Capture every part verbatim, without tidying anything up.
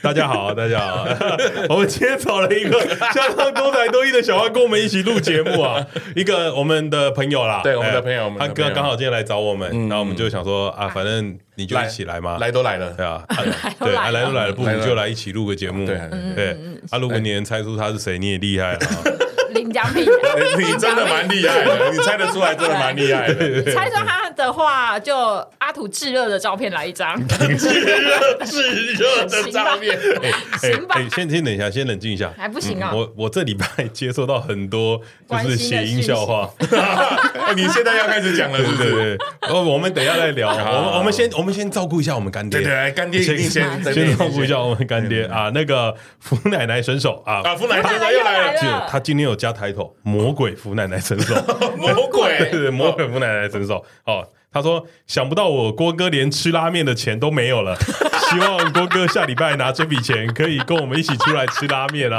大家好，大家好，我们今天找了一个相当多才多艺的小花跟我们一起录节目啊，一个我们的朋友啦， 对，我们的朋友， 他刚刚好今天来找我们，然后我们就想说啊，反正你就一起来嘛， 来都来了， 对啊，对，来都来了，不如就来一起录个节目，对对，啊，如果你能猜出他是谁，你也厉害了。 林江平， 你真的蛮厉害的，你猜得出来真的蛮厉害的。 猜出他的话，就阿土炙热的照片来一张， 炙热炙热的照片， 行吧？ 先先等一下，先冷静一下， 还不行啊！ 我我这礼拜接收到很多就是谐音笑话， 你现在要开始讲了，是不是？ 哦，我们等一下再聊。我们我们先我们先照顾一下我们干爹， 对对，干爹一定先先照顾一下我们干爹啊。那个福奶奶神手啊， 啊，福奶奶又来了， 他今天有加抬头，魔鬼福奶奶神手， 魔鬼， 对对，魔鬼福奶奶神手。哦，他说想不到我郭哥连吃拉面的钱都没有了，希望郭哥下礼拜拿这笔钱可以跟我们一起出来吃拉面啊。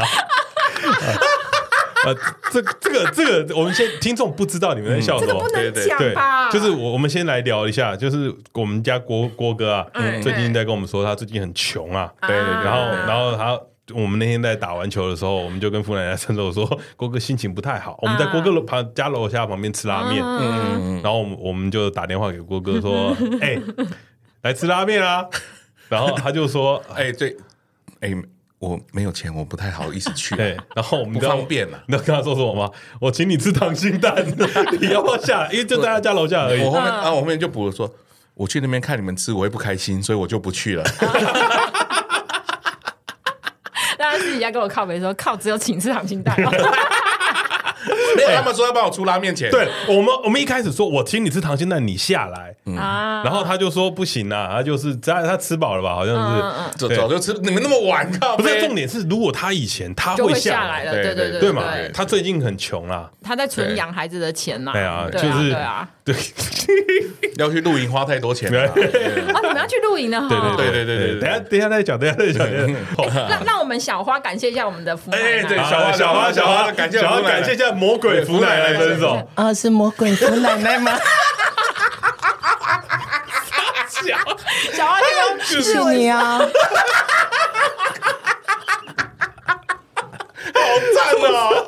呃，这这个这个，我们先听众不知道你们在笑什么， 这个不能讲吧？ 就是我我们先来聊一下，就是我们家郭郭哥啊，最近在跟我们说他最近很穷啊，对对，然后然后他。我们那天在打完球的时候，我们就跟傅奶奶趁手说，郭哥心情不太好。我们在郭哥旁家楼下旁边吃拉面，嗯，然后我们我们就打电话给郭哥说，哎、欸，来吃拉面啊。然后他就说， 哎、欸，对，哎、欸，我没有钱，我不太好意思去。 对，然后我们不方便了。 你知道跟他说什么吗？我请你吃溏心蛋，你要不要下来？因为就在他家楼下而已。 我后面啊，我后面就补了说，我去那边看你们吃，我会不开心，所以我就不去了。 他自己家跟我靠北说，靠，只有请吃溏心蛋、哦。 没有，他们说要帮我出拉面钱。 对我们，我们一开始说我请你吃溏心蛋，你下来。嗯、然后他就说不行啊，他就是他他吃饱了吧，好像是、嗯嗯、 早早就吃，你们那么晚靠。 不是重点是，如果他以前他会下来的，对对对对, 对嘛，他最近很穷啦， 他在存养孩子的钱呐。 对啊，就是对啊， 对， 要去露营花太多钱了。 啊，你们要去露营了哈？ 对对对对对，等下等下再讲，等下再讲。 那那我们小花感谢一下我们的福奶奶， 对，小花小花小花感谢小花感谢一下魔鬼福奶奶分手啊，是魔鬼福奶奶吗？ 小花谢谢你啊！ 好赞哦！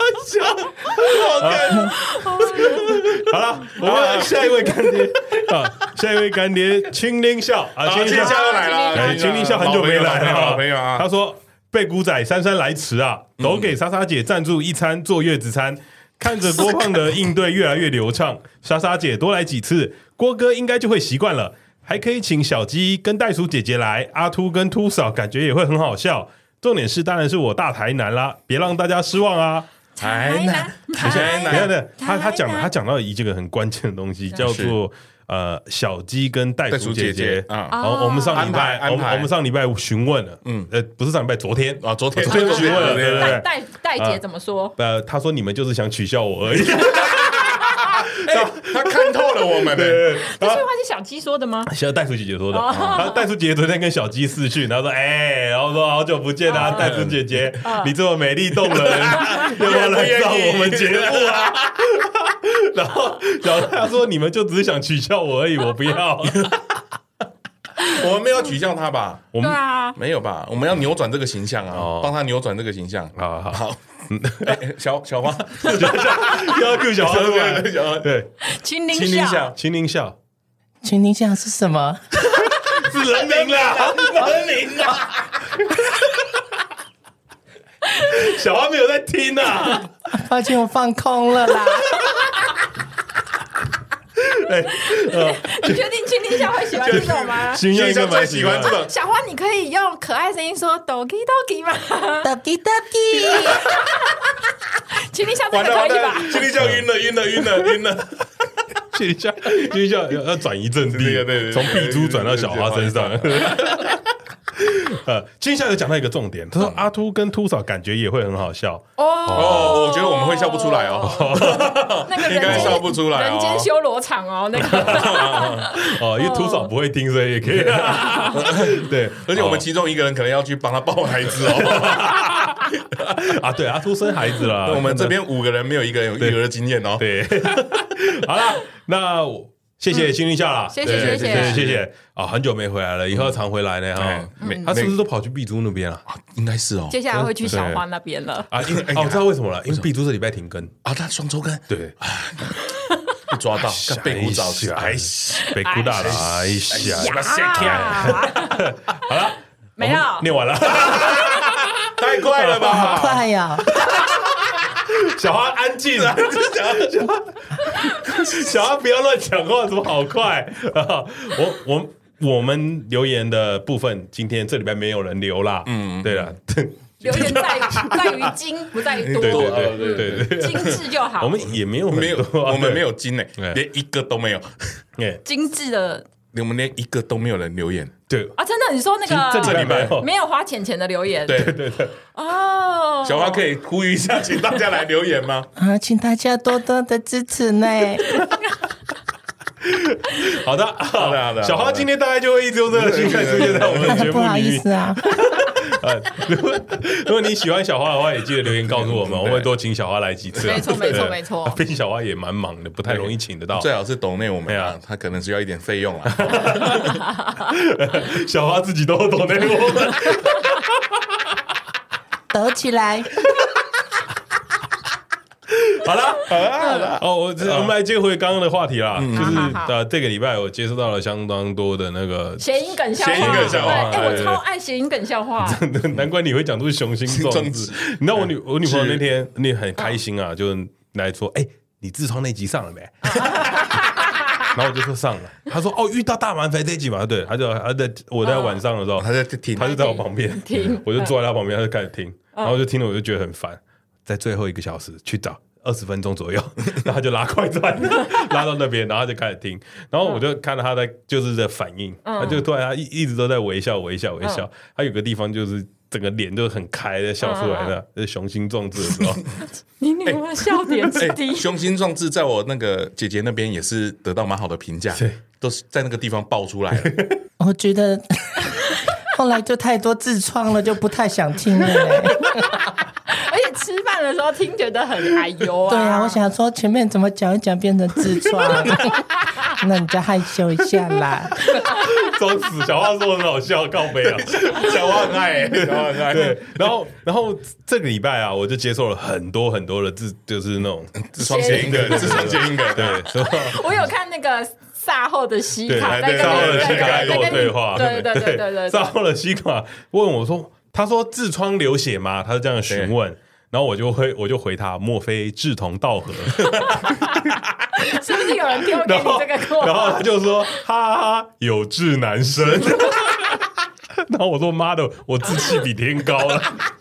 好了，我们下一位干爹啊，下一位干爹青林笑啊，青林笑又来了， 青林笑很久没来了， 好朋友啊。 他说被股仔姗姗来迟啊，都给莎莎姐赞助一餐坐月子餐。看着郭胖的应对越来越流畅，莎莎姐多来几次，郭哥应该就会习惯了。还可以请小鸡跟袋鼠姐姐来，阿秃跟秃嫂感觉也会很好笑。重点是当然是我大台南啦，别让大家失望啊！ 台南， 台南的他他讲他讲到一个很关键的东西，叫做呃小鸡跟袋鼠姐姐啊。然后我们上礼拜我们我们上礼拜询问了，嗯呃不是上礼拜昨天啊昨天昨天询问了，对对对。 袋袋姐怎么说？ 呃他说你们就是想取笑我而已。 欸、他看透了我们、欸， 对， 这句话是小鸡说的吗？ 是袋鼠姐姐说的。然后袋鼠姐姐昨天跟小鸡视讯，然后说：“哎、欸，然后说好久不见啊，袋鼠姐姐，你这么美丽动人，要不要来上我们节目啊？”然后小他说：“你们就只是想取笑我而已，我不要。” 我们没有取笑他吧？ 我们、啊、 没有吧？我们要扭转这个形象啊，帮、哦、他扭转这个形象。 好好好。 欸、小小花， 要救小花出来，小花对， 青林笑， 青林笑， 青林笑是什么？ 是人名啦， 人名啦。 小花没有在听啊， 抱歉，我放空了啦。 欸呃、你确定青林笑会喜欢这种吗？ 青林笑最喜欢这种。 小花，你可以用可爱声音说 “doki doki” 吗 ？“doki doki”。 青林笑真的可以吧？ 青林笑晕了，晕了，晕了，晕了。 青林笑，青林笑要要转移阵地，从碧珠转到小花身上。呃，青笑有讲到一个重点，他说阿秃跟秃嫂感觉也会很好笑哦。 哦，我觉得我们会笑不出来哦， 那个应该笑不出来， 人间修罗场哦，那个哦，因为秃嫂不会听，所以也可以。对， 而且我们其中一个人可能要去帮他抱孩子哦。 啊，对，阿秃生孩子了。 我们这边五个人没有一个人有育儿经验哦。 对，好了，那谢谢幸运笑啦， 谢谢谢谢谢谢啊，很久没回来了，以后常回来呢哈。他是不是都跑去碧珠那边了？ 应该是哦。 接下来会去小花那边了啊，因为哦，我知道为什么了，因为碧珠这礼拜停更啊，他双周更， 对， 被抓到，被鼓找去，哎， 被鼓打了，哎呀， 好了， 没了， 念完了， 太快了吧， 好快呀！ 小花安静，安静，小花，小花不要乱讲话，怎么好快啊？我我我们留言的部分，今天这礼拜没有人留啦。嗯，对了， 留言在在于精，不在于多， 对对对对对， 精致就好。 我们也没有没有， 我们没有精诶，连一个都没有。 精致的， 我们连一个都没有人留言。 对啊，真的，你说那个这礼拜没有花钱钱的留言， 对对对， 哦， 小花可以呼吁一下，请大家来留言吗？ 啊，请大家多多的支持呢。 好的， 好的，好的。 小花今天大概就会一直用这个心态出现在我们的节目里面。 不好意思啊。 如果如果你喜欢小花的话，也记得留言告诉我们，我们会多请小花来几次。 没错，没错，没错。 毕竟小花也蛮忙的，不太容易请得到。 最好是抖内我们啊，他可能需要一点费用啊。 小花自己都抖内我们， 抖起来。 好了，好了，好了。哦，我我们来接回刚刚的话题啦，就是呃，这个礼拜我接收到了相当多的那个谐音梗笑话， 谐音梗笑话。 哎，我超爱谐音梗笑话， 真的，难怪你会讲出雄心壮志。你知道我女我女朋友那天那很开心啊，就来说，哎，你痔疮那集上了没？然后我就说上了，他说哦，遇到大满肥这集嘛，对，他就他在我在晚上的时候， 他在听， 他就在我旁边听， 我就坐在他旁边，他就开始听，然后就听了我就觉得很烦，在最后一个小时去找。二十分钟左右，然后他就拉快转，拉到那边，然后他就开始听，然后我就看到他在就是的反应，嗯、他就突然他一一直都在微笑微笑微笑，嗯、他有个地方就是整个脸就很开的笑出来的，嗯、就是雄心壮志的时候。 你女儿笑点之低， 欸欸，雄心壮志在我那个姐姐那边也是得到蛮好的评价，都是在那个地方爆出来了。 我觉得后来就太多痔疮了，就不太想听了嘞。 而且吃饭的时候听觉得很哎呦啊！ 对啊，我想说前面怎么讲一讲变成痔疮，那你就害羞一下啦。 装死，小花说很好笑，靠北啊， 小花很爱，欸，小花很爱。 对，然后然后这个礼拜啊，我就接受了很多很多的痔，就是那种痔疮谐音梗，痔疮谐音梗， 对。 我有看那个赛后的西卡， 对，赛后的西卡在跟我对话， 对对对对对， 赛后的西卡问我说。他说痔疮流血吗？他是这样询问，然后我就会我就回他，莫非志同道合？ 是不是有人丢给你这个过？ 然后他就说：哈哈，有志难伸。然后我说：妈的，我志气比天高了。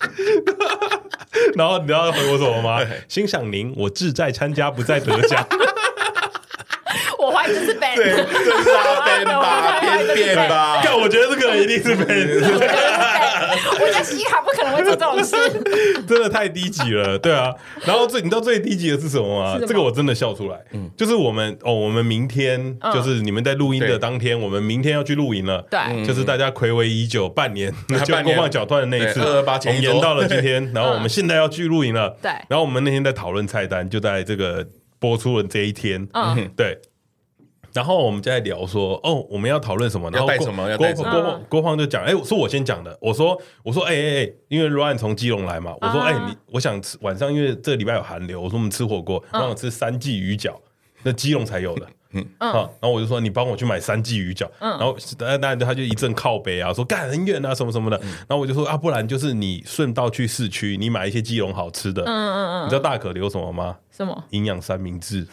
然后你知道他回我什么吗？欣赏您，我志在参加，不在得奖。 我怀疑这是 Ben， 对，这是阿 Ben 吧，便便吧。 但我觉得这个人一定是 Ben。 我觉得西卡不可能会做这种事， 真的太低级了，对啊。然后最你知道最低级的是什么吗？这个我真的笑出来，嗯，就是我们哦，我们明天就是你们在录音的当天，我们明天要去露营了， 对， 就是大家睽违已久半年，就国放角团的那一次， 二二八前我们延到了今天，然后我们现在要去露营了， 对。 然后我们那天在讨论菜单，就在这个播出的这一天，嗯，对。然后我们就在聊说，哦，我们要讨论什么？然后要带什么？要带什么？ 郭郭胖就讲，哎，是我先讲的。我说，我说，哎哎哎，因为 Ryan 从基隆来嘛，我说，哎，你我想吃晚上，因为这个礼拜有寒流，我说我们吃火锅，我想吃三季鱼饺，那基隆才有的。嗯啊，然后我就说你帮我去买三季鱼饺，然后当然他就一阵靠北啊，说干很远啊什么什么的。然后我就说啊，不然就是你顺道去市区，你买一些基隆好吃的。嗯嗯嗯，你知道大可留什么吗？ 什么？ 营养三明治。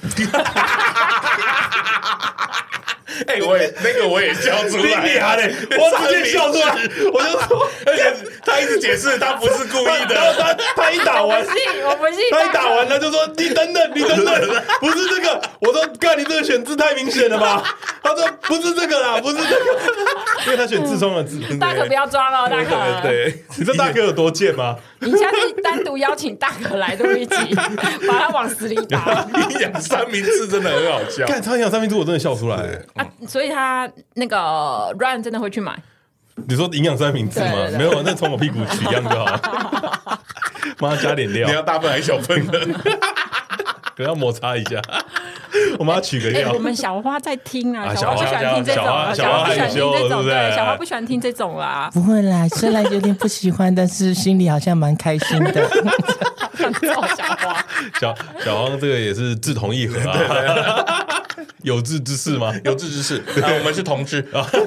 哎、欸，我也那个我也笑出来， 厉害嘞！我直接笑出来，我就说， 而且他一直解释他不是故意的， 然后他他一打完， 我不信，我不信， 他一打完他就说你等等，你等等，不是这个。我说干，你这个选字太明显了吧？他说不是这个啦，不是这个，因为他选痔疮的字。 大可不要装了，大可。 对， 你知道大可有多贱吗？ 你下次单独邀请大可来录一集，把他往死里打。 营养三明治真的很好笑， 干，他营养三明治我真的笑出来啊！所以他那个 Ryan 真的会去买。 你说营养三明治吗？对对对，没有，那从我屁股取样就好了。妈加点料， 你要大份还是小份的？ 可能要摩擦一下。 我们要取个调。 我们小花在听啊， 小花不喜欢听这种，小花不喜欢听这种，对，小花不喜欢听这种啦。 不会啦，虽然有点不喜欢，但是心里好像蛮开心的。 小花， 小小黄这个也是志同意合啊，有志之士吗？ 有志之士，我们是同志。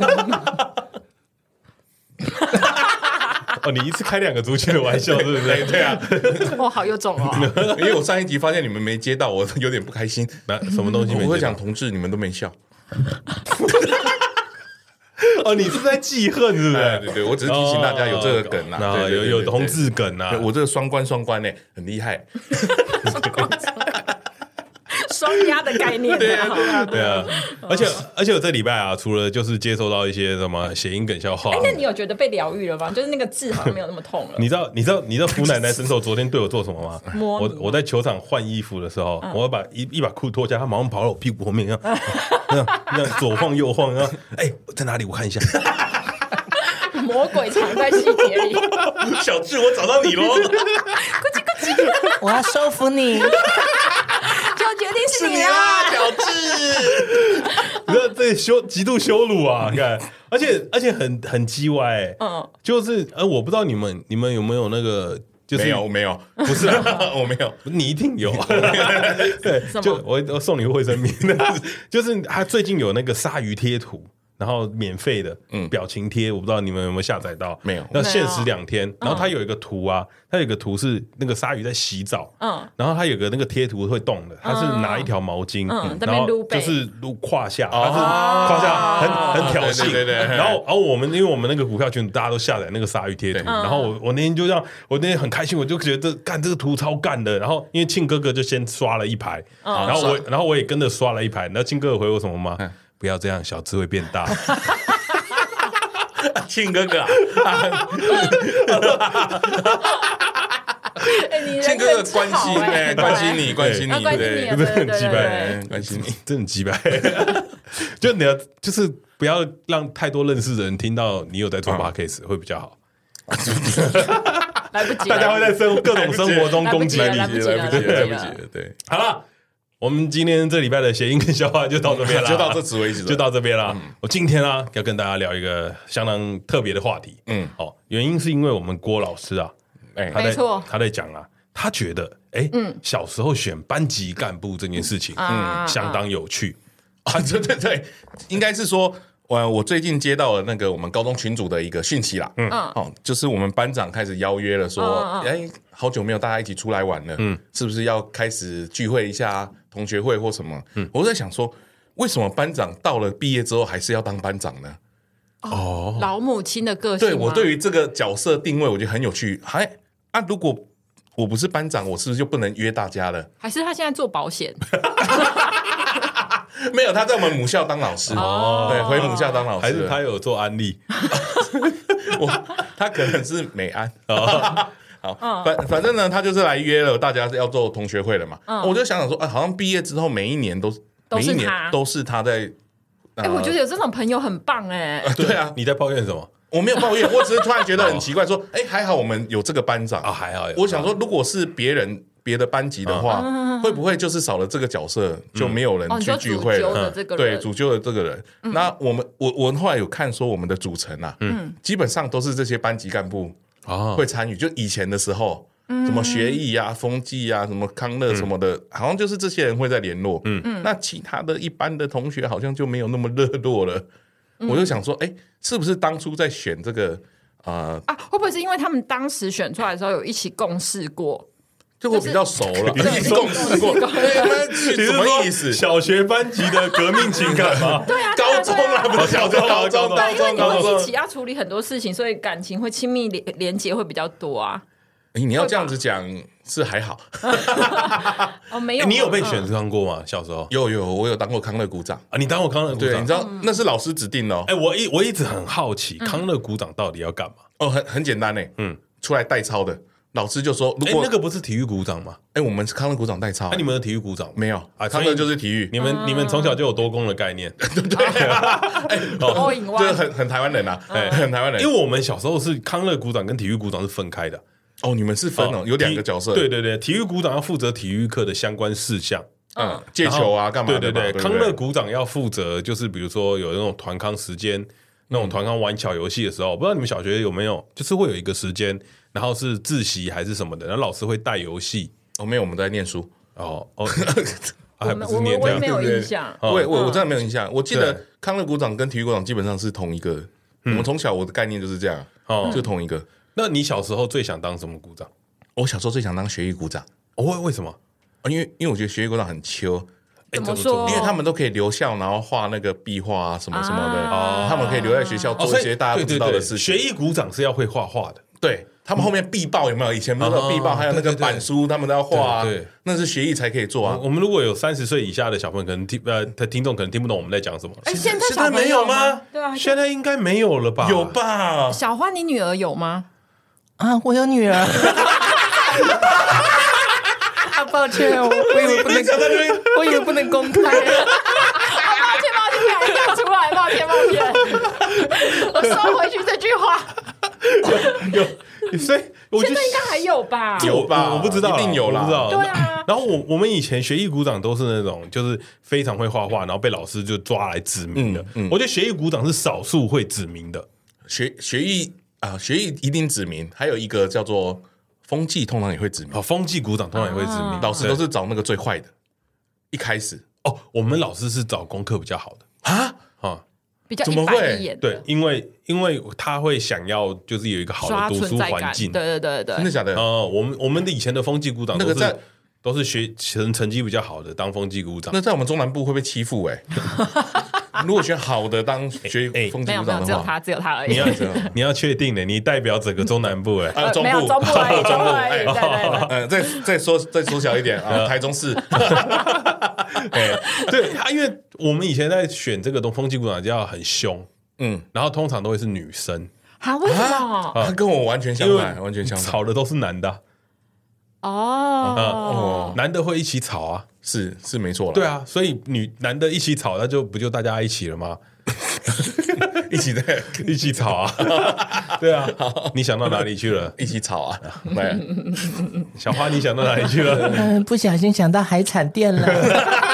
哦，你一次开两个族群的玩笑，对不对？ 对啊， 哇，好有种哦！ 因为我上一集发现你们没接到，我有点不开心。 那什么东西没接到？ 我会讲同志，你们都没笑。 哦，你是在记恨是不是？ 对对，我只是提醒大家有这个梗啊， 有有同志梗啊。 我这个双关双关呢，很厉害。 双压的概念， 对啊，对啊，而且而且我这礼拜啊，除了就是接收到一些什么谐音梗笑话， 哎，那你有觉得被疗愈了吗？就是那个痣好像没有那么痛了。 你知道你知道你知道福奶奶神手昨天对我做什么吗？我我在球场换衣服的时候，我要把一一把裤脱下，他马上跑到我屁股后面，这样这样这样左晃右晃，然后哎在哪里？我看一下。 魔鬼藏在细节里。 小智，我找到你喽！ 咕叽咕叽， 我要收服你。 就决定是你啦，小智。 你看这羞极度羞辱啊！你看，而且而且很很鸡歪、欸，嗯，就是呃，我不知道你们你们有没有那个，就是没有没有， 不是啊， 我没有， 你一定有。对，就我我送你卫生棉，就是他最近有那个鲨鱼贴图。然后免费的表情贴，我不知道你们有没有下载到？ 没有。 那限时两天，然后它有一个图啊，它有一个图是那个鲨鱼在洗澡，嗯，然后它有个那个贴图会动的，它是拿一条毛巾， 嗯， 然后就是撸胯下，它是胯下很很挑衅， 对对。 然后然后我们因为我们那个股票群大家都下载那个鲨鱼贴图，然后我我那天就这样，我那天很开心，我就觉得干这个图超干的，然后因为庆哥哥就先刷了一排，然后我然后我也跟着刷了一排，你知道庆哥哥回我什么吗？不要这样，小智会变大。 庆哥哥啊，庆哥哥关心哎，关心你，关心你，对， 真的很鸡掰， 关心你， 真的很鸡掰。就你要，就是不要让太多认识的人听到你有在做 podcast 会比较好。 来不及， 大家会在生各种生活中攻击你， 来不及， 来不及，来不及了。对， 好了。我们今天这礼拜的谐音跟笑话就到这边了， 就到这此为止， 就到这边了。我今天啊要跟大家聊一个相当特别的话题，嗯，哦，原因是因为我们郭老师啊， 哎，没错， 他在讲啊，他觉得，哎，嗯，小时候选班级干部这件事情，嗯，相当有趣啊，对对对，应该是说。我我最近接到了那个我们高中群组的一个讯息啦，嗯，哦，就是我们班长开始邀约了，说，哎，好久没有大家一起出来玩了，嗯，是不是要开始聚会一下同学会或什么？嗯，我在想说，为什么班长到了毕业之后还是要当班长呢？ 哦，老母亲的个性。 对，我对于这个角色定位，我觉得很有趣。还啊，如果我不是班长，我是不是就不能约大家了？ 还是他现在做保险？ 没有，他在我们母校当老师，哦，对，回母校当老师， 还是他有做安利？ 我他可能是美安。哦，好，反反正呢，他就是来约了大家要做同学会了嘛。嗯，我就想想说，啊，好像毕业之后每一年都都是每一年都是他在。 哎，我觉得有这种朋友很棒哎。 对啊， 你在抱怨什么？ 我没有抱怨，我只是突然觉得很奇怪，说，哎，还好我们有这个班长啊，还好。 我想说，如果是别人。别的班级的话，会不会就是少了这个角色，就没有人去聚会了？对，主揪的这个人。那我们我我后来有看说，我们的组成啊，基本上都是这些班级干部会参与。就以前的时候，什么学艺啊、风纪啊、什么康乐什么的，好像就是这些人会在联络。嗯嗯，那其他的一般的同学好像就没有那么热络了。我就想说，哎，是不是当初在选这个啊啊，会不会是因为他们当时选出来的时候有一起共事过？ 就我比较熟了，一起共事过，什么意思？ 小学班级的革命情感吗？ 对啊， 高中啊，不是小中，高中，高中， 因为你们一起要处理很多事情，所以感情会亲密连连结会比较多啊。 你要这样子讲是还好。 哦，没有， 你有被选上过吗？小时候有有，我有当过康乐股长啊。你当过康乐股长？ 你知道那是老师指定的哦。 哎，我一我一直很好奇，康乐股长到底要干嘛？ 哦，很很简单诶，嗯，出来代操的。老师就说：“如果那个不是体育股长吗？ 哎，我们是康乐股长代操。 那你们的体育股长没有啊？康乐就是体育。 你们你们从小就有多功的概念， 对啊，就是很很台湾人啊，很台湾人。 因为我们小时候是康乐股长跟体育股长是分开的。 哦，你们是分哦，有两个角色。 对对对，体育股长要负责体育课的相关事项。 嗯，借球啊，干嘛的？ 对对对，康乐股长要负责，就是比如说有那种团康时间，那种团康玩巧游戏的时候，不知道你们小学有没有，就是会有一个时间，然后是自习还是什么的，然后老师会带游戏。 哦，没有，我们都在念书。 哦哦。 还不是念这样，我没有印象。 我我我真的没有印象。我记得康乐股长跟体育股长基本上是同一个。我们从小我的概念就是这样，就同一个。 那你小时候最想当什么股长？ 我小时候最想当学艺股长。 哦，为为什么？ 因为因为我觉得学艺股长很秋。 怎么说？ 因为他们都可以留校，然后画那个壁画啊，什么什么的。哦，他们可以留在学校做一些大家不知道的事情。 学艺股长是要会画画的。 对。他们后面壁报有没有？以前不是有壁报，还有那个板书，他们都要画啊。对，那是学艺才可以做啊。 我们如果有三十岁以下的小朋友，可能听呃，他听众可能听不懂我们在讲什么。 哎，现在现在没有吗？ 对啊， 现在应该没有了吧？ 有吧？ 小花，你女儿有吗？ 啊，我有女儿。啊，抱歉，我我以为不能，我以为不能公开。抱歉， 抱歉，不敢讲出来，抱歉，抱歉。我收回去这句话。 有有，所以现在应该还有吧？ 有吧？ 我不知道， 一定有啦。 我不知道。 对啊。 然后我我们以前学艺股长都是那种就是非常会画画，然后被老师就抓来指名的。嗯嗯、我觉得学艺股长是少数会指名的。 学学艺啊，学艺一定指名。还有一个叫做风纪，通常也会指名。 哦，风纪股长通常也会指名。啊、 老师都是找那个最坏的。一开始哦，我们老师是找功课比较好的啊啊。 比较一板一眼， 对，因为因为他会想要就是有一个好的读书环境， 对对对对， 真的假的？ 哦、呃，我们我们的以前的风纪股长都是、那个、在都是学成成绩比较好的当风纪股长， 那在我们中南部会被欺负哎、欸。如果选好的当学风纪股长的话， 只有他，只有他而已。 你要你要确定的，你代表整个中南部哎、 欸，啊中部， 没有中部而已，中部而已，对对对。 嗯，再再缩再缩小一点啊，台中市。 哎，对他，因为我们以前在选这个东风纪股长就要很凶。嗯，然后通常都会是女生啊？为什么？ 他跟我完全相反，完全相反。 吵的都是男的哦哦，男的会一起吵啊， 是是没错了。 对啊，所以女男的一起吵，那就不就大家一起了吗？ 一起在一起吵啊，对啊。你想到哪里去了？ 一起吵啊， 小花，你想到哪里去了？ 嗯，不小心想到海产店了。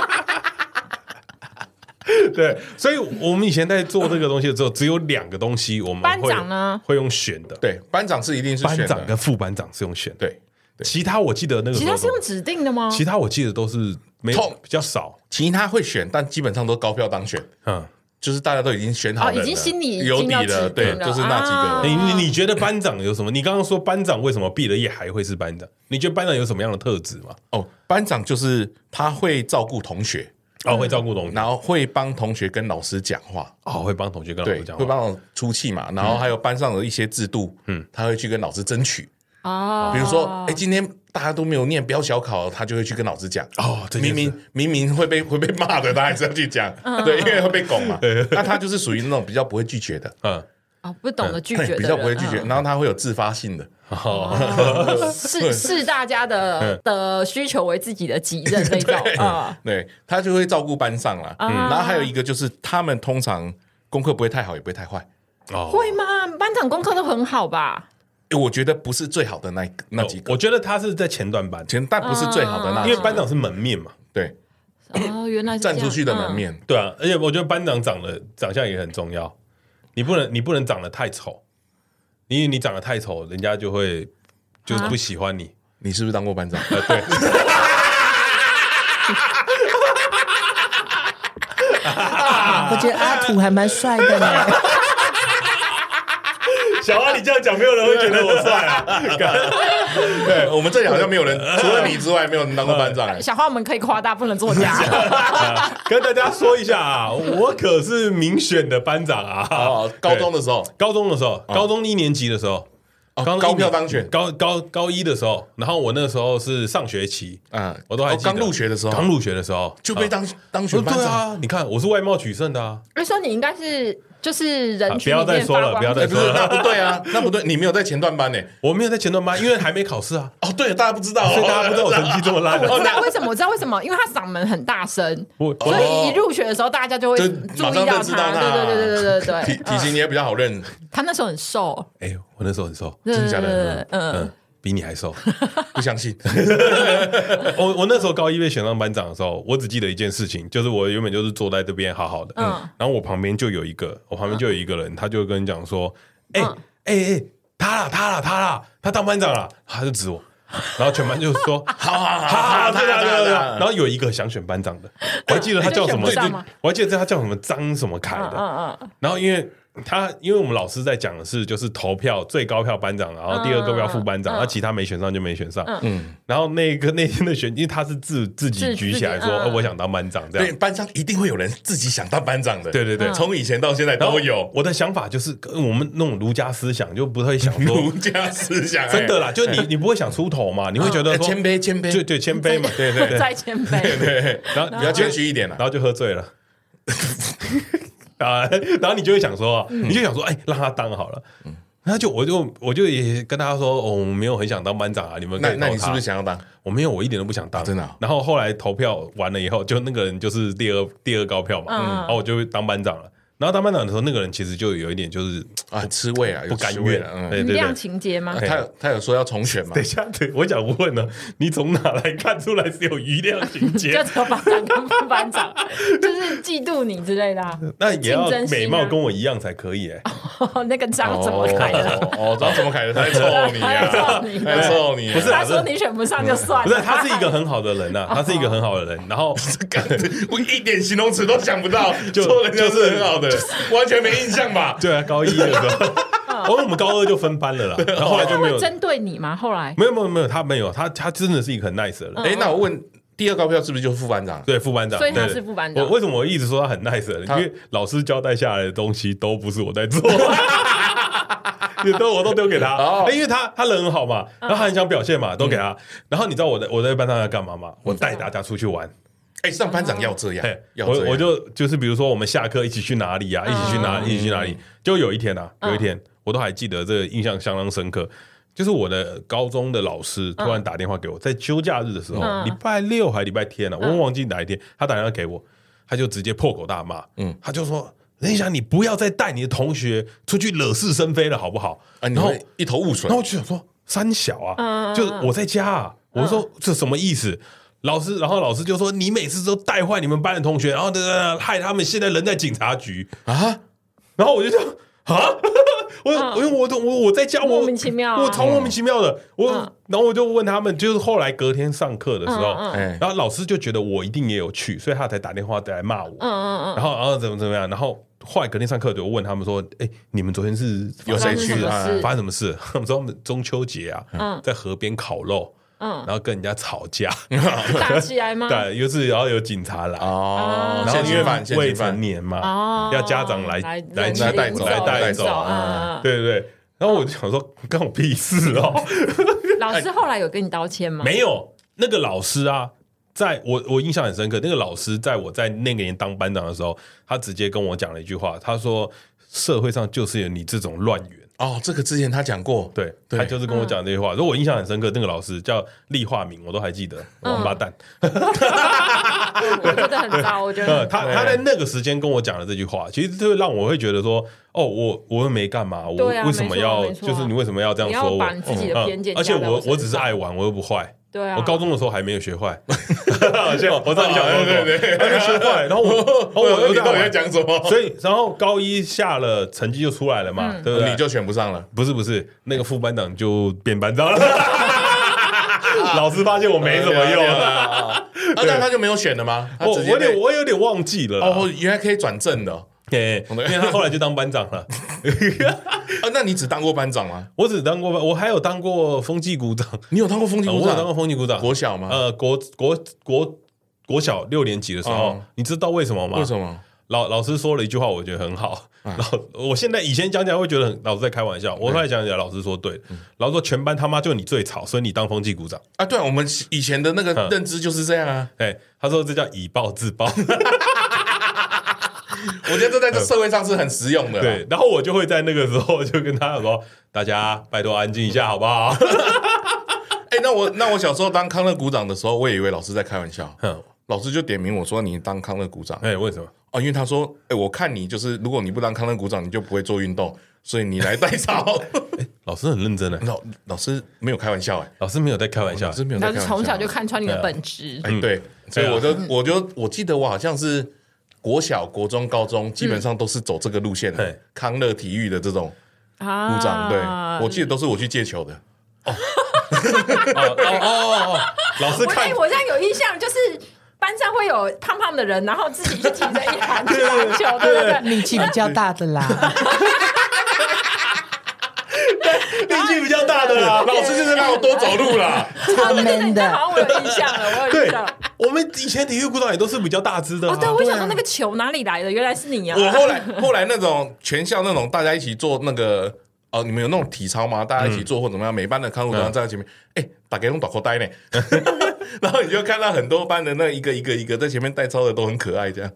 对，所以我们以前在做这个东西的时候，只有两个东西我们会班长呢会用选的， 对，班长是一定是选的， 班长跟副班长是用选的， 对，对其他我记得那个其他是用指定的吗？ 其他我记得都是没比较少， 其他会选，但基本上都高票当选，嗯，就是大家都已经选好了， 哦，已经心里有底了，对，就是那几个。 啊、 你你觉得班长有什么？你刚刚说班长为什么毕了业还会是班长？你觉得班长有什么样的特质吗？ 哦，班长就是他会照顾同学。 哦，会照顾同学， 然后会帮同学跟老师讲话。 哦，会帮同学跟老师讲话， 会帮我出气嘛。然后还有班上的一些制度，嗯，他会去跟老师争取。哦，比如说，哎，今天大家都没有念标小考，他就会去跟老师讲。哦，明明明明会被会被骂的，他还是要去讲。对，因为会被拱嘛。那他就是属于那种比较不会拒绝的。嗯。 哦，不懂得拒绝的人， 比较不会拒绝，然后他会有自发性的， 视视大家的的需求为自己的己任那种啊， 对，他就会照顾班上了。然后还有一个就是他们通常功课不会太好，也不会太坏。 会吗？班长功课都很好吧？ 我觉得不是最好的那那几个， 我觉得他是在前段班， 前但不是最好的那， 因为班长是门面嘛， 对。 哦，原来站出去的门面， 对啊，而且我觉得班长长得长相也很重要。你不能，你不能长得太丑，因为你长得太丑，人家就会就不喜欢你。 你是不是当过班长？ 呃，对。 我觉得阿土还蛮帅的呢。 小花，你这样讲，没有人会觉得我帅啊。 对，我们这里好像没有人，除了你之外，没有人当过班长。 小花，我们可以夸大，不能作假。 跟大家说一下啊，我可是民选的班长啊。 哦，高中的时候， 高中的时候，高中一年级的时候， 高票当选， 高高高一的时候，然后我那时候是上学期，嗯，我都还记得， 刚入学的时候， 刚入学的时候就被当当选班长。对啊，你看我是外貌取胜的啊。 所以说你应该是。就是人群里面发光，不要再说了，不要再说了， 那不对啊，那不对，你没有在前段班呢， 我没有在前段班，因为还没考试啊。 哦，对，大家不知道， 所以大家不知道我成绩这么烂。 我知道为什么，我知道为什么，因为他嗓门很大声，所以一入学的时候，大家就会注意到他。对对对对对对对， 体体型也比较好认。 他那时候很瘦， 哎，我那时候很瘦， 真的假的？ 嗯。 比你还瘦， 不相信。 我我那时候高一被选上班长的时候，我只记得一件事情，就是我原本就是坐在这边好好的，嗯，然后我旁边就有一个，我旁边就有一个人，他就跟你讲说，哎哎哎，他啦他啦他啦，他当班长了，他就指我。然后全班就说好好好好，对对对对。然后有一个想选班长的，我还记得他叫什么，我还记得他叫什么张什么凯的。然后因为他因为我们老师在讲的是就是投票最高票班长，然后第二个票副班长，然后其他没选上就没选上。嗯，然后那个那天的选，因为他是自自己举起来说，呃，我想当班长，这样。 对，班上一定会有人自己想当班长的。 对对对， 从以前到现在都有。 我的想法就是我们那种儒家思想就不会想说儒家思想， 真的啦，就你你不会想出头嘛，你会觉得说谦卑谦卑， 对对谦卑嘛，对对再谦卑， 对对，然后你要谦虚一点了， 然后就喝醉了。啊，然后你就会想说，你就想说，哎，让他当好了。嗯，那就我就我就也跟他说，哦，我没有很想当班长啊，你们那那你是不是想要当？ 我没有，我一点都不想当， 真的。 然后后来投票完了以后，就那个人就是第二第二高票嘛，然后我就当班长了。然后当班长的时候，那个人其实就有一点就是啊吃味啊， 不甘愿啊， 对对对，情节吗？ 他他有说要重选吗？ 等一下，对我想问呢，你从哪来看出来是有余量情节？ 就只有班长跟副班长，就是嫉妒你之类的。 那也要美貌跟我一样才可以哎。 那个张怎么凯的？ 哦，张怎么凯的？他在臭你啊！他在臭你！ 不是， 他说你选不上就算了。 不是，他是一个很好的人呐，他是一个很好的人。然后我一点形容词都想不到，就说人家是很好的，完全没印象吧？ 对啊，高一的时候，哦，我们高二就分班了啦，然后后来就没有针对你吗？后来没有没有没有，他没有，他他真的是一个很 nice 的人。 哎，那我问，第二高票是不是就是副班长？ 对，副班长， 所以他是副班长。 我为什么我一直说他很 nice 的人？因为老师交代下来的东西都不是我在做。都我都丢给他，哦、因为他他人很好嘛，然后他很想表现嘛，都给他。然后你知道我在我在班上要干嘛吗？我带大家出去玩。 哎、欸，上班长要这样，要这样我我就就是比如说我们下课一起去哪里啊，一起去哪里，一起去哪里。就有一天啊，有一天我都还记得，这个印象相当深刻。就是我的高中的老师突然打电话给我，在休假日的时候，礼拜六还礼拜天啊，我忘记哪一天，他打电话给我，他就直接破口大骂，嗯，他就说。人家你不要再带你的同学出去惹是生非了，好不好？ 啊，然后一头雾水， 然后我就想说三小啊，嗯、就是我在家啊，嗯、我说这什么意思？老师，然后老师就说你每次都带坏你们班的同学，然后害他们现在人在警察局啊，然后我就这样啊，我因为我我我在家，我莫名其妙、啊， 我超莫名其妙的，我、嗯、然后我就问他们，就是后来隔天上课的时候，嗯嗯、然后老师就觉得我一定也有去，所以他才打电话来骂我，嗯嗯嗯，然后然后怎么怎么样，然后。后来隔天上课就问他们说：“哎、欸，你们昨天是有谁去啊？发生什么事？”他们说他们中秋节啊，嗯、在河边烤肉，嗯，然后跟人家吵架， 打起来吗？ 对，又是然后有警察来哦，然后因为未成年嘛，哦，要家长来来来带走来带走啊，对对对。然后我就想说，干我屁事哦！ 老师后来有跟你道歉吗？ 没有，那个老师啊。在我我印象很深刻，那个老师在我在那个年当班长的时候，他直接跟我讲了一句话，他说：“社会上就是有你这种乱源。” 哦，这个之前他讲过， 对，他就是跟我讲这句话。所以我印象很深刻，那个老师叫厉化明，我都还记得，王八蛋。 我觉得很糟，我觉得他他在那个时间跟我讲了这句话，其实就会让我会觉得说，哦，我我又没干嘛，我为什么要就是你为什么要这样说我？ 把你自己的偏见， 而且我我只是爱玩，我又不坏。 对啊， 我高中的时候还没有学坏，我知道你想说对对对，还没学坏，然后我，然后我你到底在讲什么？ 所以，然后高一下了，成绩就出来了嘛，对不对？ 你就选不上了？ 不是不是，那个副班长就变班长了，老师发现我没什么用啊，那他就没有选了吗？ 我我有点我有点忘记了， 哦，原来可以转正的。 对，因为他后来就当班长了。 啊，那你只当过班长吗？ 我只当过班，我还有当过风纪股长。 你有当过风纪股长？ 我有当过风纪股长。 国小吗？ 呃，国国国国小六年级的时候，你知道为什么吗？ 为什么？ 老老师说了一句话，我觉得很好。然后我现在以前讲起来会觉得老师在开玩笑，我后来讲起来，老师说对，老师说全班他妈就你最吵，所以你当风纪股长啊。对，我们以前的那个认知就是这样啊。 哎，他说这叫以暴制暴。 我觉得这在这社会上是很实用的。 对，然后我就会在那个时候就跟他说：“大家拜托安静一下，好不好？” 哎、欸，那我那我小时候当康乐股长的时候，我也以为老师在开玩笑。老师就点名我说：“你当康乐股长。” 哎，为什么？ 哦，因为他说：“哎、欸，我看你就是，如果你不当康乐股长，你就不会做运动。 所以你来代操。 老师很认真哎， 老老师没有开玩笑哎， 老师没有在开玩笑， 老师没有在开玩笑， 从小就看穿你的本质。 哎，对，所以我就我就我记得我好像是国小、国中、高中，基本上都是走这个路线的，康乐体育的这种部长。对，我记得都是我去借球的。哦哦哦哦，老师看， 我现在有印象，就是班上会有胖胖的人，然后自己去提着一篮去篮球，对对对， 力气比较大的啦。 力气比较大的啦， 老师就是让我多走路啦。 超 man 的， 好，我有印象了，我有印象。 我们以前体育股长也都是比较大只的。 哦，对，我想说那个球哪里来的？原来是你啊！ 我后来后来那种全校那种大家一起做那个哦，你们有那种体操吗？大家一起做或怎么样？每班的看护都站在前面，哎，打给弄短裤呆呢。然后你就看到很多班的那一个一个一个在前面带操的都很可爱，这样。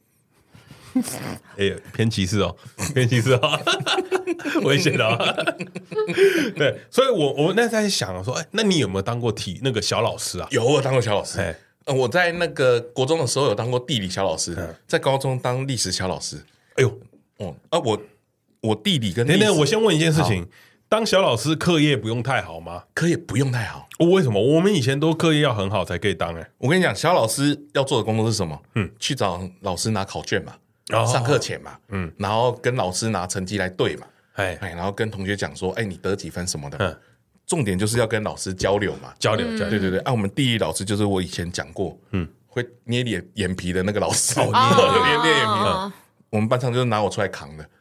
哎、欸，偏歧视哦，偏歧视哦，危险的、哦。对，所以我我那在想说，哎、欸，那你有没有当过体那个小老师啊？ 有，我当过小老师。哎、呃，我在那个国中的时候有当过地理小老师，嗯、在高中当历史小老师。 哎呦， 哦，啊，我我地理跟历史， 等等，我先问一件事情。当小老师课业不用太好吗？ 课业不用太好， 为什么？我们以前都课业要很好才可以当哎、欸。 我跟你讲，小老师要做的工作是什么？嗯，去找老师拿考卷嘛。哦、上课前嘛，嗯，然后跟老师拿成绩来对嘛，哎哎，然后跟同学讲说，哎，你得几分什么的，嗯，重点就是要跟老师交流嘛， 交流，交流， 对对对，啊，我们地理老师就是我以前讲过，嗯，会捏脸眼皮的那个老师， 哦， 捏捏眼皮的，我们班上就是拿我出来扛的，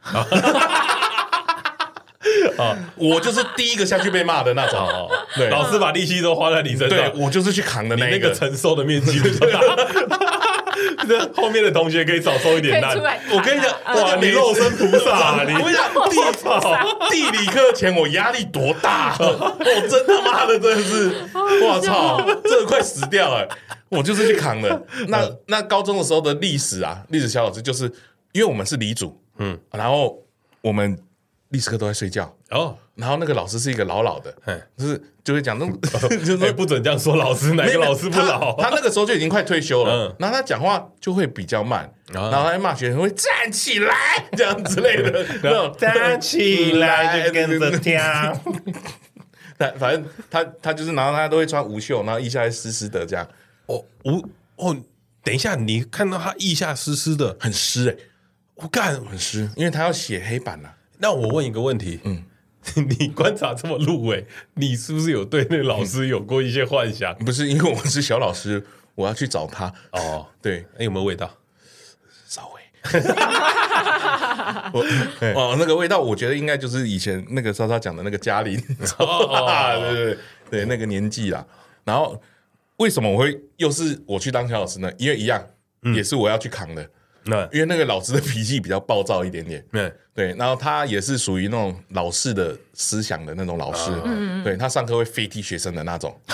啊，我就是第一个下去被骂的那种， 对，老师把力气都花在你身上， 对我就是去扛的那个， 你那个承受的面积比较大。后面的同学可以少收一点难。 我跟你讲， 哇，你肉身菩萨！你我跟你讲，地地理课前我压力多大？我真他妈的真的是，我操，真的快死掉了！我就是去扛的。那那高中的时候的历史啊，历史小老师就是因为我们是理组，嗯，然后我们历史课都在睡觉哦。然后那个老师是一个老老的，就是就会讲那种， 就是、欸、不准这样说老师，哪个老师不老？ 他, 他那个时候就已经快退休了，嗯、然后他讲话就会比较慢，嗯、然后他骂学生会站起来这样之类的，那种站起来就跟着跳。 反反正他他就是，然后他都会穿无袖，然后腋下湿湿的这样。 哦无哦，等一下，你看到他腋下湿湿的， 很湿哎、欸， 我干很湿，因为他要写黑板啊。 那我问一个问题，嗯。你观察这么入微，你是不是有对那个老师有过一些幻想？ 不是，因为我是小老师，我要去找他。 哦， 对， 哎，有没有味道？ 稍微。我哦，那个味道，我觉得应该就是以前那个莎莎讲的那个嘉玲，哦、对对对对，那个年纪啦。然后为什么我会又是我去当小老师呢？因为一样，嗯、也是我要去扛的。因为那个老师的脾气比较暴躁一点点，对对，然后他也是属于那种老式的思想的那种老师，嗯、对他上课会飞踢学生的那种，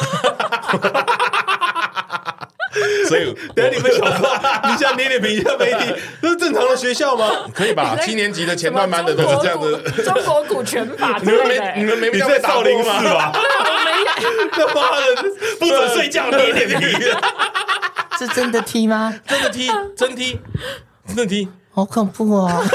所以等下你们小时候，你想捏脸皮下飞踢，这是正常的学校吗？ 可以吧？七年级的前段班的都是这样子， 中国古拳法， 你们没你们没你在少林寺吧？他妈的，不准睡觉捏脸皮。 是真的踢吗？ 真的踢，真踢，真的踢， 好恐怖哦！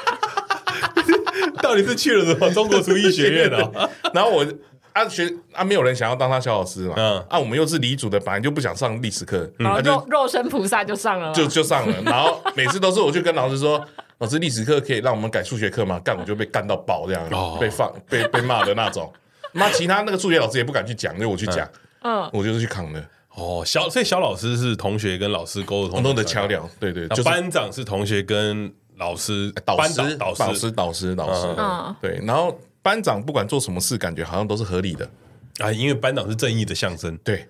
到底是去了什么中国厨艺学院啊？ 然后我啊学啊，没有人想要当他小老师嘛，嗯啊，我们又是理组的，本来就不想上历史课， 然后肉肉身菩萨就上了， 就就上了。然后每次都是我去跟老师说，老师历史课可以让我们改数学课吗？干我就被干到爆这样，哦、被放被被骂的那种。妈，其他那个数学老师也不敢去讲，因为我去讲，嗯，我就是去扛的。 哦，小所以小老师是同学跟老师沟通的桥梁，对对， 就是班长是同学跟老师、 导师、 导师、导师、导师，嗯，对。然后班长不管做什么事，感觉好像都是合理的啊，因为班长是正义的象征， 对，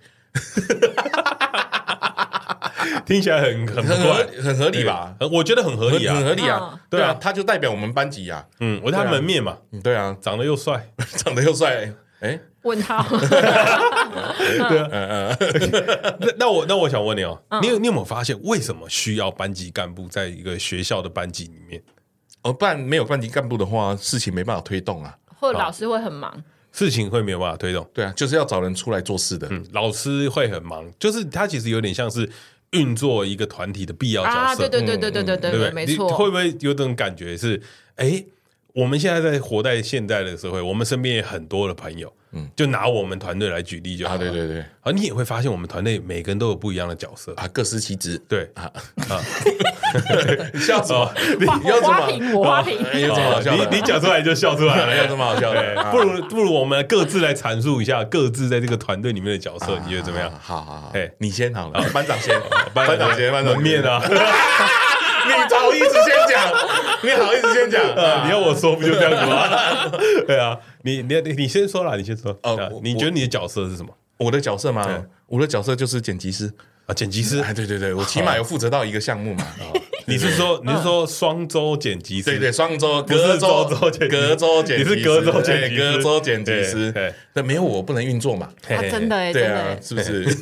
听起来很很怪， 很合理吧？ 我觉得很合理啊， 很合理啊，对啊，他就代表我们班级啊， 嗯，我是他门面嘛， 对啊， 长得又帅， 长得又帅。哎， 问他， 对啊，嗯嗯，那那我那我想问你哦，你有你有没有发现为什么需要班级干部在一个学校的班级里面？ 哦，不然没有班级干部的话，事情没办法推动啊， 或者老师会很忙， 事情会没有办法推动。 对啊，就是要找人出来做事的。 嗯，老师会很忙，就是他其实有点像是运作一个团体的必要角色。 啊，对对对对对对对对，没错。 会不会有种感觉是，哎？ 我们现在在活在现在的社会，我们身边也很多的朋友，嗯，就拿我们团队来举例就好了。 啊，对对对， 啊，你也会发现我们团队每个人都有不一样的角色啊，各司其职。 对啊啊， 你笑什么？你我花瓶，我花瓶， 有什么好笑的？ 你你讲出来就笑出来了， 有什么好笑的？ 不如不如我们各自来阐述一下各自在这个团队里面的角色，你觉得怎么样？ 好好好， 哎， 你先好了，班长先，班长先，班长门面啊。 你好意思先讲？你好意思先讲？ 呃，你要我说不就这样子吗？对啊，你你你先说啦，你先说。哦，你觉得你的角色是什么？ 我的角色吗？我的角色就是剪辑师啊，剪辑师。 哎，对对对，我起码有负责到一个项目嘛。 你是说你是说双周剪辑师？ 对对，双周隔周隔周剪辑师， 你是隔周剪辑隔周剪辑师。对，没有我不能运作嘛。 真的哎， 对啊，是不是？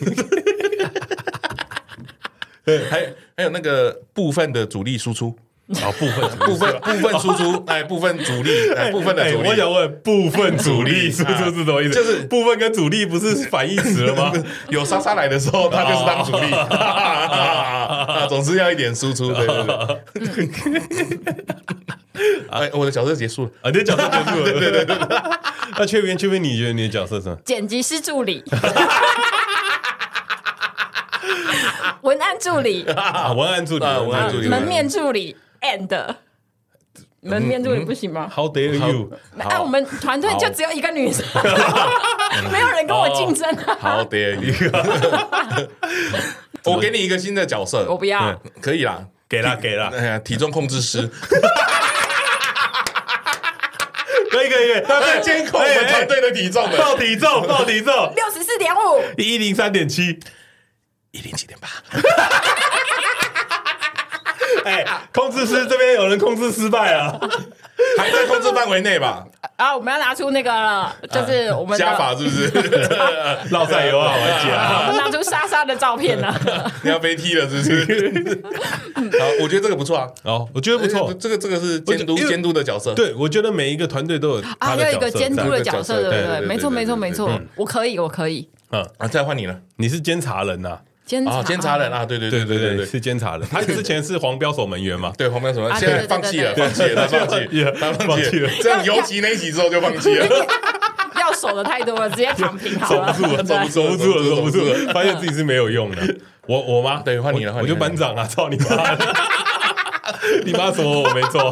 对，还还有那个部分的主力输出啊，部分部分部分输出，哎，部分主力，哎，部分的主力。 我想问，部分主力输出是什么意思？就是部分跟主力不是反义词了吗？ 有莎莎来的时候，他就是当主力，总是要一点输出，对对对。哎，我的角色结束了啊，你的角色结束了，对对对对。那雀边雀边，你觉得你的角色是什么？ 剪辑师助理。文案助理啊，文案助理，文案助理， 门面助理 and 门面助理不行吗 ？How dare you？ 啊，我们团队就只有一个女生，没有人跟我竞争。 How dare you？ 我给你一个新的角色， 我不要， 可以啦， 给啦给啦。 哎呀，体重控制师， 可以可以可以， 他在监控我们团队的体重的， 报体重报体重， 六十四点五， 一零三点七。 一零七点八， 哎，控制师这边有人控制失败啊， 还在控制范围内吧？ 啊，我们要拿出那个了，就是我们加法是不是？ 烙赛油啊，我来加。 我们拿出莎莎的照片了， 你要飞踢了是不是？好，我觉得这个不错啊。 哦，我觉得不错， 这个这个是监督监督的角色。 对，我觉得每一个团队都有啊，要一个监督的角色，对不对？没错，没错，没错，我可以，我可以。 嗯啊，再换你了， 你是监察人呐。 监察监察人啊，对对对对对对， 是监察人。他之前是黄标守门员嘛？ 对，黄标守门员，现在放弃了，放弃了，他放弃了，他放弃了。这样游击那一集之后就放弃了。 要守的太多了，直接躺平好了。 守不住了，守不住了，守不住了，发现自己是没有用的。我我吗？ 对，换你了， 我就班长啊！操你妈！你妈说我没做。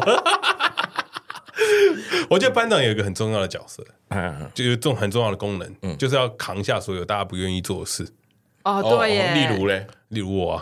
我觉得班长有一个很重要的角色，就有这种很重要的功能，就是要扛下所有大家不愿意做的事。 哦，对耶， 例如嘞， 例如我啊，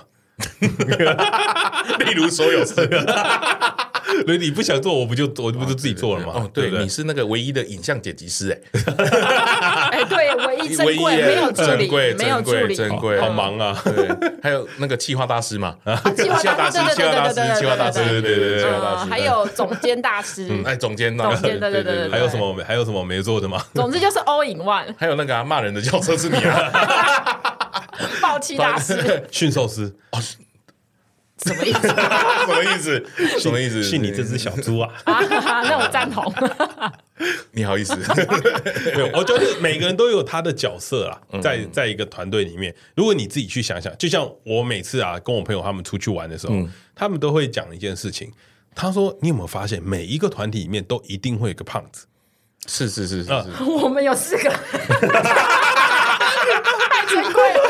例如所有事， 你不想做，我不就我不就自己做了吗？ 哦，对，你是那个唯一的影像剪辑师， 哎，哎，对，唯一珍贵，没有助理，没有助理， 珍贵， 好忙啊。 对，还有那个企划大师嘛， 企划大师， 企划大师，企划大师，对对对，企划大师， 还有总监大师， 哎，总监， 总监，对对对， 还有什么还有什么没做的吗？ 总之就是 all in one， 还有那个骂人的角色是你啊。 暴气大师， 驯兽师哦， 什么意思？ 什么意思？什么意思？ 训你这只小猪啊！ 啊，那我赞同。 你好意思？ 没有，我觉得每个人都有他的角色啦，在在一个团队里面，如果你自己去想想，就像我每次啊跟我朋友他们出去玩的时候，嗯、他们都会讲一件事情。他说：“你有没有发现，每一个团体里面都一定会有个胖子？” 是是是是是， 我们有四个。太珍贵了，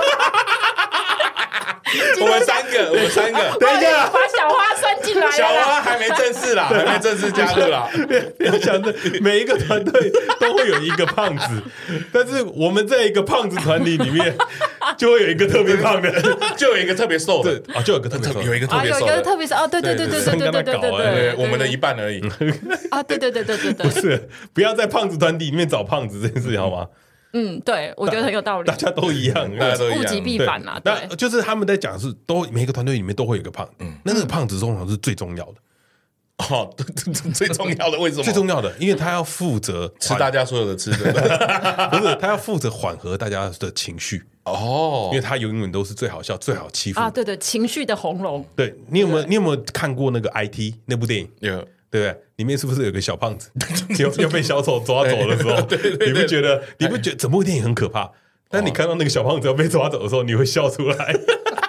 我们三个，我们三个， 等一下， 把小花算进来了， 小花还没正式啦，还没正式加入啦。 不要想着每一个团队都会有一个胖子，但是我们在一个胖子团体里面，就会有一个特别胖的， 就有一个特别瘦的， 啊，就有一个特别瘦， 有一个特别瘦， 有一个特别瘦，哦，对对对对对对对对对， 我们的一半而已。 啊，对对对对对对， 不是，不要在胖子团体里面找胖子这件事，好吗？ 嗯，对，我觉得很有道理。 大家都一样， 大家都一样， 物极必反呐。 那就是他们在讲是，都每个团队里面都会有一个胖子，嗯，那那个胖子通常是最重要的。 哦，最重要的为什么？ 最重要的，因为他要负责吃大家所有的吃的， 不是他要负责缓和大家的情绪。哦，因为他永远都是最好笑、最好欺负啊！对对，情绪的红龙。 对你有没有？你有没有看过那个 I T 那部电影？ 有。 对不对？里面是不是有个小胖子，又又被小丑抓走的时候，你不觉得？你不觉得整部电影很可怕？但你看到那个小胖子要被抓走的时候，你会笑出来。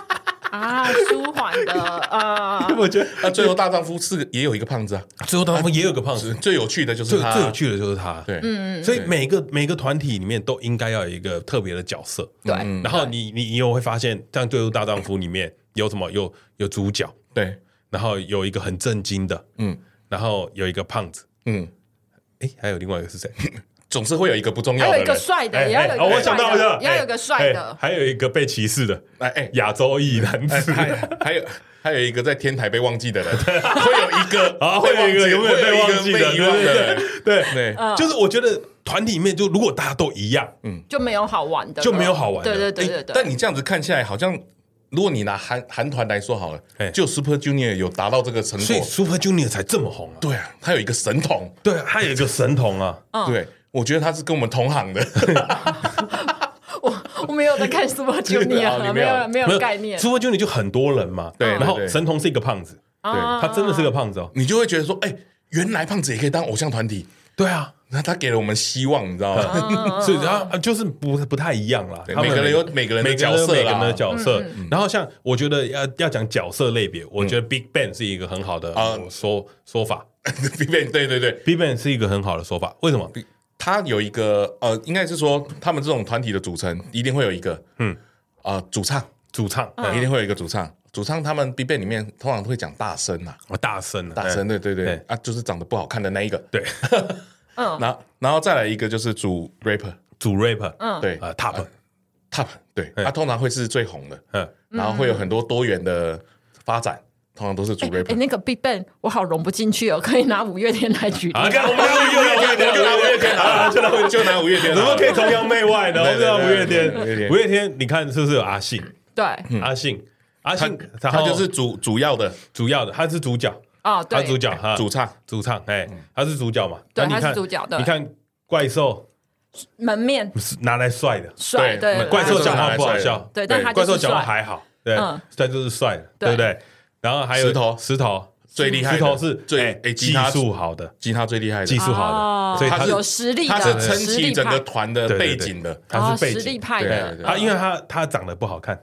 啊，舒缓的啊。 我觉得啊，最后大丈夫是也有一个胖子啊， 最后大丈夫也有个胖子， 最有趣的就是他， 最有趣的就是他。 对， 嗯， 所以每个每个团体里面都应该要有一个特别的角色。 对， 然后你你你又会发现，像最后大丈夫里面有什么？有有主角， 对， 然后有一个很震惊的，嗯，然后有一个胖子，嗯，哎，还有另外一个是谁？ 总是会有一个不重要的人， 还有一个帅的，也要有一个， 我想到了， 也要有一个帅的， 还有一个被歧视的， 哎哎， 亚洲裔男子， 还有还有一个在天台被忘记的人，会有一个啊，会有一个永远被忘记的、 被遗忘的人， 对对，就是我觉得团体里面就如果大家都一样， 嗯，就没有好玩的， 就没有好玩的， 对对对对对。 但你这样子看下来，好像。如果你拿韩韩团来说好了，就 Super Junior 有达到这个成果， 所以 Super Junior 才这么红啊。 对啊，他有一个神童， 对，他有一个神童啊。 对，我觉得他是跟我们同行的。 我我没有在看 Super Junior， 没有没有概念。 Super Junior 就很多人嘛， 对， 然后神童是一个胖子，对，他真的是个胖子哦， 你就会觉得说，哎，原来胖子也可以当偶像团体。 对啊。 那他给了我们希望，你知道吗？ 所以他就是不不太一样啦。 每个人有每个人的角色啦， 每个人的角色。然后像我觉得要要讲角色类别，我觉得 Big Bang 是一个很好的说说法。 Big Bang 对对对 ，Big Bang 是一个很好的说法。为什么？ 他有一个呃，应该是说他们这种团体的组成一定会有一个嗯啊主唱， 主唱一定会有一个主唱。主唱他们 Big Bang 里面通常都会讲大声啊， 大声大声，对对对啊，就是长得不好看的那一个， 对。 嗯，然后然后再来一个就是主 rapper， 主 rapper， 嗯，对啊 top top， 对，他通常会是最红的，嗯，然后会有很多多元的发展，通常都是主 rapper。 哎，那个 Big Bang 我好融不进去哦，可以拿五月天来举例。 啊，我们拿五月天， 就拿五月天啊，就拿就拿五月天， 怎么可以崇洋媚外呢？我们拿五月天，五月天，你看是不是有阿信？ 对， 阿信，阿信， 他就是主主要的， 主要的，他是主角。 哦，对， 他主角哈， 主唱， 主唱，哎，他是主角嘛？ 对，他是主角的。 你看怪兽门面拿来帅的， 帅，对， 怪兽讲话不好笑， 对，但他怪兽讲话还好，对，但就是帅的，对不对？然后还有石头， 石头最厉害， 石头是最技术好的， 吉他最厉害的， 技术好的，所以他有实力， 他是撑起整个团的背景的， 他是背景实力派的。 他因为他他长得不好看。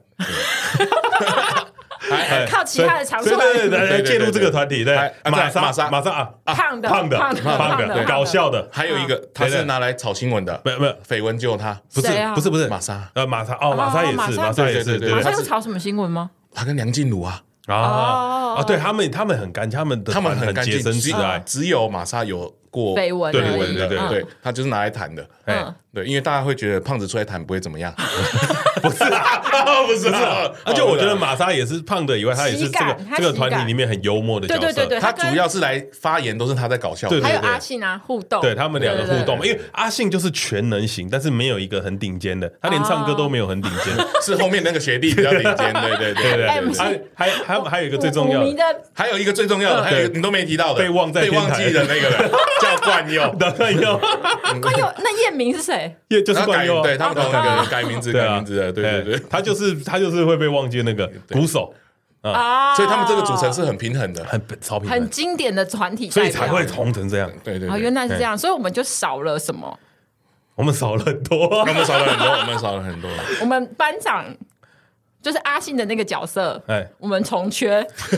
靠其他的长处来介入这个团体，对，马莎，马莎，马莎啊， 胖的， 胖的， 胖的，搞笑的， 还有一个他是拿来炒新闻的， 没有没有绯闻就他， 不是不是不是玛莎， 呃玛莎哦，玛莎也是，玛莎也是， 玛莎有炒什么新闻吗？ 他跟梁静茹啊， 啊啊，对他们他们很干，他们的他们很洁身自爱， 只有玛莎有过绯闻， 对对对对对，他就是拿来谈的，嗯，对，因为大家会觉得胖子出来谈不会怎么样。 不是啊，不是啊，而且我觉得玛莎也是胖的以外，她也是这个这个团体里面很幽默的角色。 对对对对， 她主要是来发言，都是她在搞笑。 还有阿信啊，互动， 对他们两个互动，因为阿信就是全能型，但是没有一个很顶尖的，他连唱歌都没有很顶尖， 是后面那个学弟比较顶尖。对对对对， 还还还还有一个最重要的， 还有一个最重要的，还有你都没提到的， 被忘在被忘记的那个人叫冠佑， 冠佑， 冠佑，那叶明是谁？ 叶就是冠佑， 对他们同一个人改名字改名字的，对对对， 他就。是他就是会被忘记那个鼓手啊，所以他们这个组成是很平衡的， 很超平衡， 很经典的团体， 所以才会红成这样。 对对， 啊，原来是这样，所以我们就少了什么？ 我们少了很多， 我们少了很多，我们少了很多。 我们班长就是阿信的那个角色，哎，我们重缺。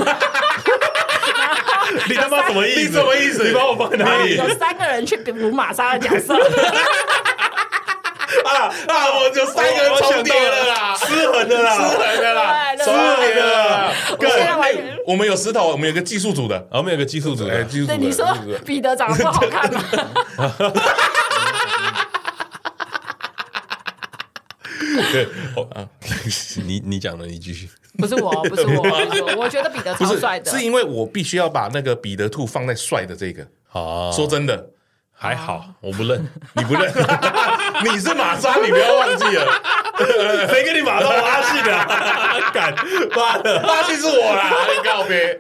你他妈什么意思？什么意思？你把我放在哪里？ 有三个人去补玛莎的角色。 啊啊！我就三个人重叠了啦， 失衡的啦， 失衡的啦，失衡的啦。我们有石头，我们有个技术组的， 我们有个技术组的， 技术组。 对，你说彼得长得不好看吗？ 对，你你讲的，你继续。 不是我，不是我，我觉得彼得超帅的， 是因为我必须要把那个彼得兔放在帅的这个。哦，说真的。 还好，我不认， 你不认，你是玛莎，你不要忘记了， 谁跟你马上阿信啊？敢妈的， 阿信是我啦，你告别。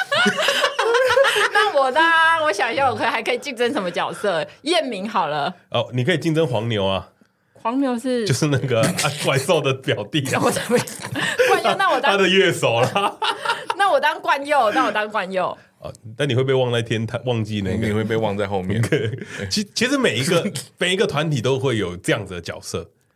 那我呢？我想一下，我可以还可以竞争什么角色？燕明好了。 哦，你可以竞争黄牛啊。 黄牛是就是那个怪兽的表弟啊。 我怎么冠佑？那我当他的乐手啦。 那我当冠佑，那我当冠佑。 哦，但你会被忘在天台，忘记那个， 你会被忘在后面。 其其实每一个每一个团体都会有这样子的角色，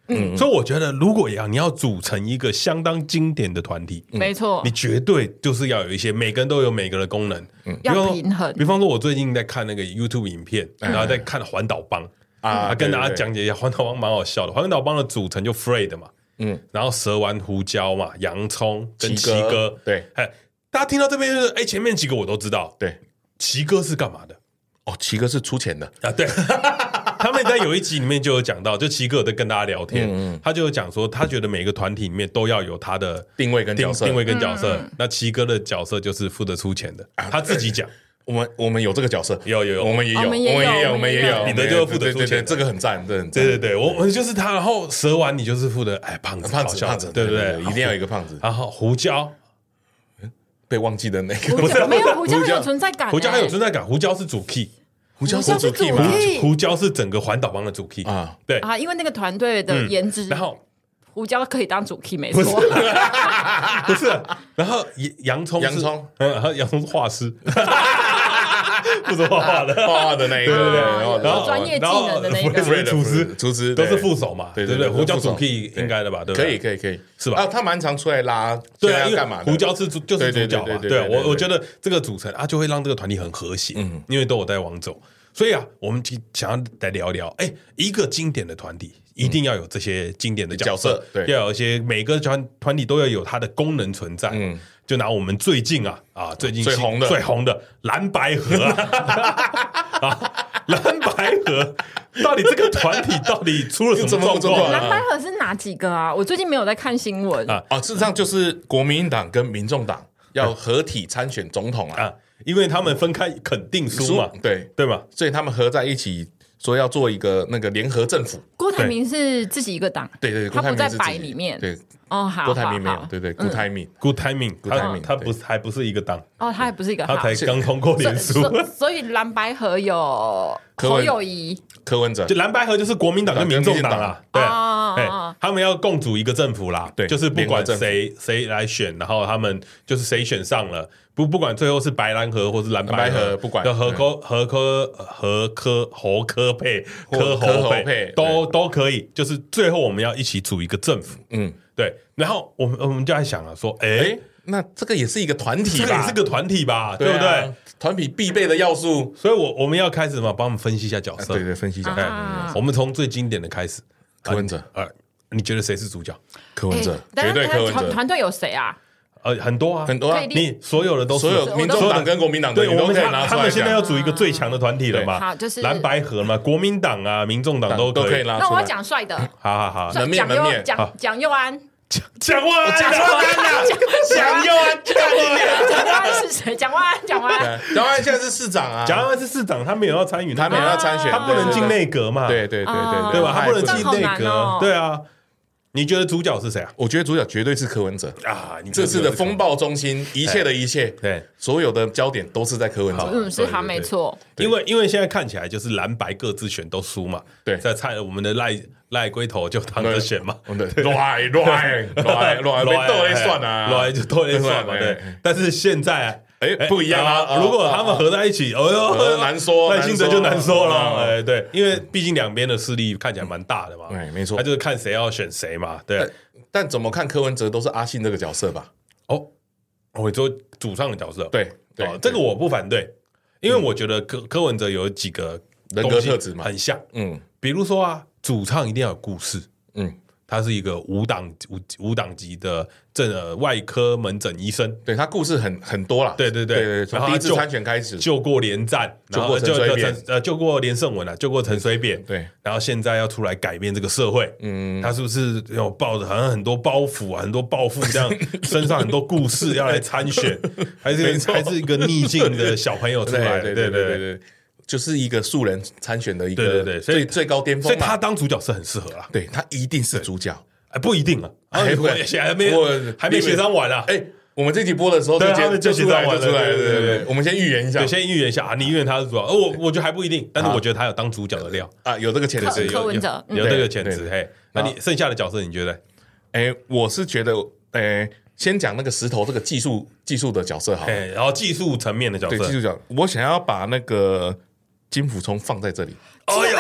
嗯，所以我觉得如果要你要组成一个相当经典的团体， 没错， 你绝对就是要有一些每个人都有每个的功能， 嗯，要平衡。 比方说，我最近在看那个 YouTube 影片，然后在看环岛帮啊，跟大家讲解一下环岛帮蛮好笑的。环岛帮的组成就 Fred 嘛，嗯，然后蛇丸、胡椒嘛，洋葱跟奇哥， 对， 哎，大家听到这边就是，哎，前面几个我都知道， 对， 奇哥是干嘛的？ 哦，奇哥是出钱的啊，对。他们在有一集里面就有讲到，就奇哥有在跟大家聊天，嗯嗯他就有讲说，他觉得每个团体里面都要有他的定位跟角色， 定位跟角色。嗯嗯那奇哥的角色就是负责出钱的，啊、他自己讲。 我们我们有这个角色， 有有有， 我们也有，我们也有，我们也有。 你的就是负责出钱， 这个很赞，这很赞。对对对，我我就是他。然后蛇丸你就是负责哎胖子胖子胖子， 对不对？ 一定要有一个胖子。 然后胡椒。 被忘记的那个， 不是没有胡椒很有存在感， 胡椒很有存在感，胡椒是主 key。 胡椒是主 key 吗？ 胡椒是整个环岛帮的主 key 啊，对啊，因为那个团队的颜值， 然后胡椒可以当主 key 没错， 不是，然后洋葱， 洋葱， 嗯，然后洋葱是画师，负责画画的， 画画的那一个， 对对对， 然后专业技能的那一个， 厨师， 厨师都是副手嘛，对对对，胡椒主 key 应该的吧，对不对？ 可以可以可以， 是吧？ 啊，他蛮常出来拉， 对啊， 干嘛？ 胡椒是就是主角嘛，对我我觉得这个组成啊，就会让这个团体很和谐，嗯，因为都有在往走。所以啊，我们想要来聊聊，哎，一个经典的团体一定要有这些经典的角色， 对， 要有一些每个团团体都要有它的功能存在。嗯，就拿我们最近啊啊最近最红的最红的蓝白河啊，蓝白河到底这个团体到底出了什么状况？ 蓝白河是哪几个啊？我最近没有在看新闻啊啊，事实上就是国民党跟民众党要合体参选总统啊。 因为他们分开肯定输嘛， 对对嘛， 所以他们合在一起说要做一个那个联合政府。 郭台铭是自己一个党， 对对， 他不在白里面。 对， 哦，好， 郭台铭没有，对对，Good timing，Good timing，Good timing，他不他不是一个党， 哦，他还不是一个， 他才刚通过联署， 所以蓝白合有侯友宜、 柯文哲， 就蓝白合就是国民党跟民众党啦，对，哎，他们要共组一个政府啦，对，就是不管谁谁来选，然后他们就是谁选上了。不不管最后是白蓝河或是蓝白河， 不管和科和科和科侯科配科侯配都都可以，就是最后我们要一起组一个政府，嗯，对。然后我们我们就在想了，说，哎， 那这个也是一个团体吧， 这个也是个团体吧，对不对？ 团体必备的要素， 所以我我们要开始嘛，帮我们分析一下角色， 对对，分析一下。 我们从最经典的开始， 柯文哲， 呃，你觉得谁是主角？ 柯文哲，绝对柯文哲。 团队有谁啊？ 呃，很多啊， 很多啊， 你所有的都是所有民众党跟国民党的， 对，我们他们现在要组一个最强的团体了嘛， 好，就是蓝白合嘛，国民党啊，民众党都可以拉。 那我要讲帅的， 好好好， 门面门面， 蒋蒋佑安， 蒋万安， 蒋万安啊，蒋佑安， 蒋万安是谁？蒋万安，蒋万安， 蒋万安现在是市长啊， 蒋万安是市长，他没有要参与， 他没有要参选， 他不能进内阁嘛， 对对对对对吧？他不能进内阁，对啊。你觉得主角是谁啊？ 我觉得主角绝对是柯文哲啊！ 你这次的风暴中心，一切的一切，对，所有的焦点都是在柯文哲。 嗯，是他没错。 因为因为现在看起来就是蓝白各自选都输嘛， 对， 在蔡我们的赖赖龟头就躺着选嘛， 对，赖赖赖赖，没斗来算啊， 赖就斗来算嘛，对。但是现在。 哎，不一样啊！ 如果他们合在一起，哦呦， 难说， 赖清德就难说了。哎，对，因为毕竟两边的势力看起来蛮大的嘛。 对，没错， 他就是看谁要选谁嘛。对， 但怎么看柯文哲都是阿信这个角色吧？ 哦，我说主唱的角色， 对对， 这个我不反对，因为我觉得柯柯文哲有几个人格特质嘛， 很像。嗯，比如说啊，主唱一定要有故事。嗯。他是一个无党无无党籍的正呃外科门诊医生， 对他故事很很多啦， 对对对对， 从第一次参选开始救过连战， 救过陈水扁， 呃救过连胜文啊，救过陈水扁， 对， 然后现在要出来改变这个社会，嗯，他是不是有抱着好像很多包袱啊，很多抱负这样，身上很多故事要来参选，还是还是一个逆境的小朋友出来，对对对对。 就是一个素人参选的一个对对对，所以最高巅峰， 所以他当主角是很适合啦。 对他一定是主角， 哎，不一定啊，还还没还没协商完啊。 哎，我们这集播的时候就就出来就出来，对对对，我们先预言一下， 对，先预言一下啊，你预言他是主角，我我觉得还不一定，但是我觉得他有当主角的料啊，有这个潜质， 柯文哲有这个潜质。嘿，那你剩下的角色你觉得？ 哎，我是觉得，哎。先讲那个石头这个技术技术的角色好， 然后技术层面的角色， 对技术角，我想要把那个金溥聪放在这里。 哎呀，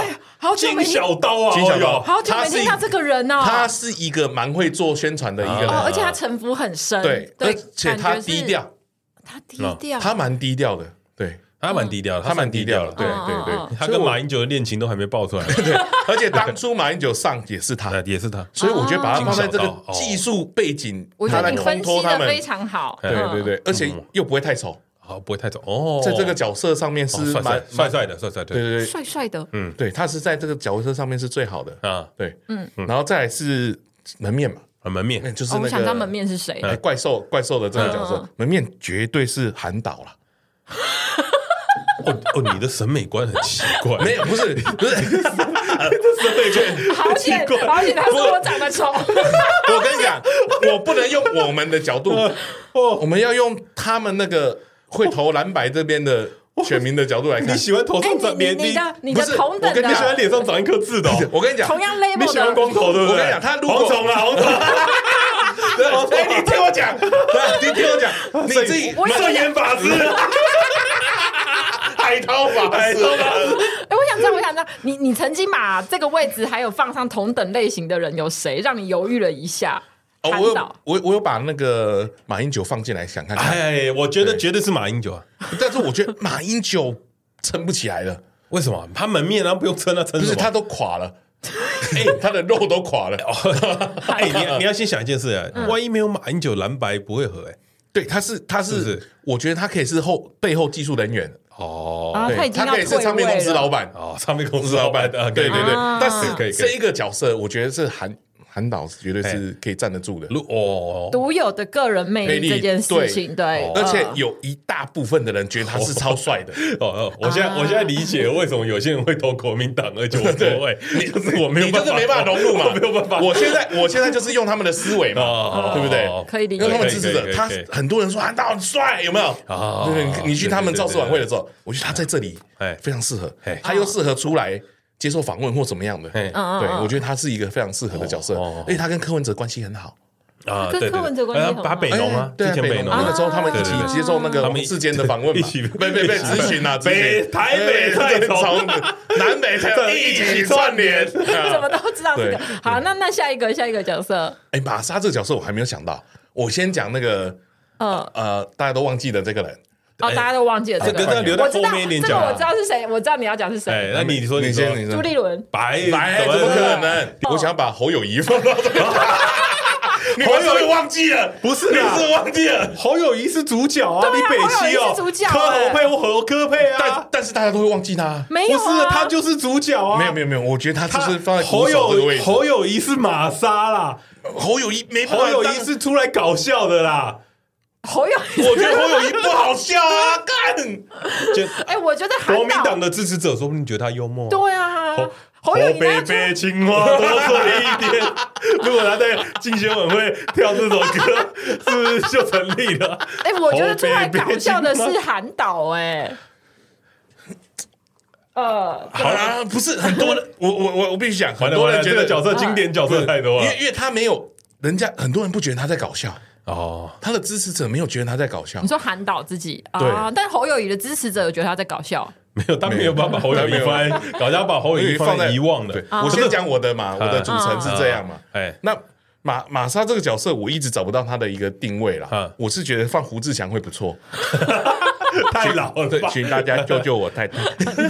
金小刀啊， 金小刀， 好久没听到这个人哦。 他是一个蛮会做宣传的一个人， 而且他城府很深， 对，而且他低调， 他低调， 他蛮低调的，对。 他蛮低调的， 他蛮低调的，对对对， 他跟马英九的恋情都还没爆出来， 对，而且当初马英九上也是他， 也是他， 所以我觉得把他放在这个技术背景，他来烘托他们非常好， 对对对，而且又不会太丑， 好不会太丑哦， 在这个角色上面是蛮帅帅的，帅帅的， 对对对， 帅帅的， 嗯，对，他是在这个角色上面是最好的啊，对，嗯，然后再来是门面嘛， 门面就是那个， 我想知道门面是谁， 怪兽怪兽的这个角色，门面绝对是韩导了。 哦哦，你的审美观很奇怪， 没有，不是不是，审美观好险，好险，他说我长得丑。 我跟你讲，我不能用我们的角度，我们要用他们那个会投蓝白这边的选民的角度来看。 你喜欢头上长脸， 你的你的同等的， 你喜欢脸上长一颗痣的。 我跟你讲， 同样 label 的， 你喜欢光头对不对？ 我跟你讲，他如果黄虫啊，黄虫。 哎，你听我讲，你听我讲，你自己正言法师。 海涛法海涛法师， 哎，我想知道，我想知道，你你曾经把这个位置还有放上同等类型的人有谁，让你犹豫了一下？ 哦，我有我我有把那个马英九放进来想看看， 哎，我觉得绝对是马英九啊， 但是我觉得马英九撑不起来了， 为什么？他门面啊不用撑啊，撑不是他都垮了。哎，他的肉都垮了。 哎，你你要先想一件事啊，万一没有马英九，蓝白不会合哎。 对，他是他是，我觉得他可以是后背后技术人员哦，对，他可以是唱片公司老板哦，唱片公司老板的， 对对对。但是这一个角色，我觉得是韩韩导绝对是可以站得住的哦， 独有的个人魅力这件事情，对， 而且有一大部分的人觉得他是超帅的哦。我现在我现在理解为什么有些人会投国民党，而且我不会，就是我没有， 你就是没办法融入嘛， 没有办法。 我现在我现在就是用他们的思维嘛，对不对？ 可以理解。 因为他们支持者，他很多人说韩导很帅，有没有？对，你去他们造势晚会的时候，我觉得他在这里非常适合，他又适合出来接受访问或怎么样的，对，我觉得他是一个非常适合的角色，而且他跟柯文哲关系很好啊，跟柯文哲关系很好。 把北农啊， 对，北农那个时候他们一起接受那个王世坚的访问嘛，一起被被被咨询啊， 北台北太从南北台一起串联， 怎么都知道这个。好，那那下一个下一个角色， 哎，玛莎这个角色我还没有想到，我先讲那个呃呃大家都忘记的这个人。 哦，大家都忘记了这个， 我知道后面一点讲， 这个我知道是谁，我知道你要讲是谁。 那你说， 你先，你朱立伦， 白白怎么可能？我想要把侯友宜放到这个，你们是不是忘记了？ 不是， 你是忘记了？ 侯友宜是主角啊，你北七哦，柯侯配或侯柯配啊， 但但是大家都会忘记他， 没有， 不是他就是主角啊， 没有没有没有，我觉得他就是放在侯友这个位置。 侯友宜是玛莎啦， 侯友宜没， 侯友宜是出来搞笑的啦。 侯友宜， 我觉得侯友宜不好笑啊！干， 就哎，我觉得国民党的支持者说不定觉得他幽默。 对啊，侯友宜北北青花多睡一点。如果他在竞选晚会跳这首歌，是不是就成立了？ 哎，我觉得出来搞笑的是韩导，哎， 呃，好啦，不是很多人，我我我我必须讲，很多人觉得这个角色经典角色太多了， 因为因为他没有人家，很多人不觉得他在搞笑。哦，他的支持者没有觉得他在搞笑。 你说韩导自己啊，但侯友宜的支持者有觉得他在搞笑？ 没有，他没有办法把侯友宜放在搞笑，把侯友宜放在遗忘的。 我先讲我的嘛，我的组成是这样嘛。哎，那玛玛莎这个角色，我一直找不到他的一个定位啦。我是觉得放胡志强会不错， 太老了， 对，请大家救救我太太。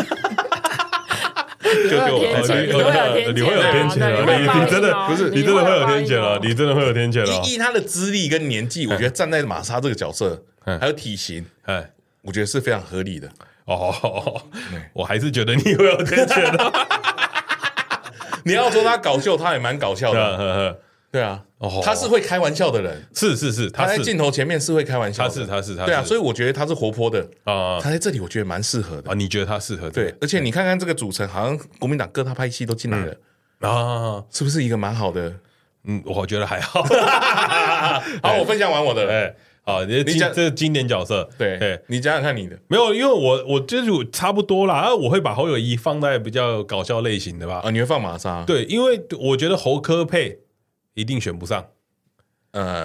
就就我你会有偏见了，你你真的不是，你真的会有偏见了，你真的会有偏见了。 依他的资历跟年纪，我觉得站在玛莎这个角色，还有体型，哎，我觉得是非常合理的。哦， 我还是觉得你会有偏见的。 你要说他搞笑，他也蛮搞笑的。对啊，他是会开玩笑的人， 是是是， 他在镜头前面是会开玩笑的， 他是他是他， 对啊，所以我觉得他是活泼的啊，他在这里我觉得蛮适合的啊，你觉得他适合？ 对，而且你看看这个组成，好像国民党各他派系都进来了啊，是不是一个蛮好的？ 嗯，我觉得还好。 好，我分享完我的，哎， 好，你讲这经典角色， 对，你讲讲看你的， 没有，因为我我就是差不多啦，我会把侯友宜放在比较搞笑类型的吧， 啊，你会放玛莎？ 对，因为我觉得侯柯配一定选不上， 呃，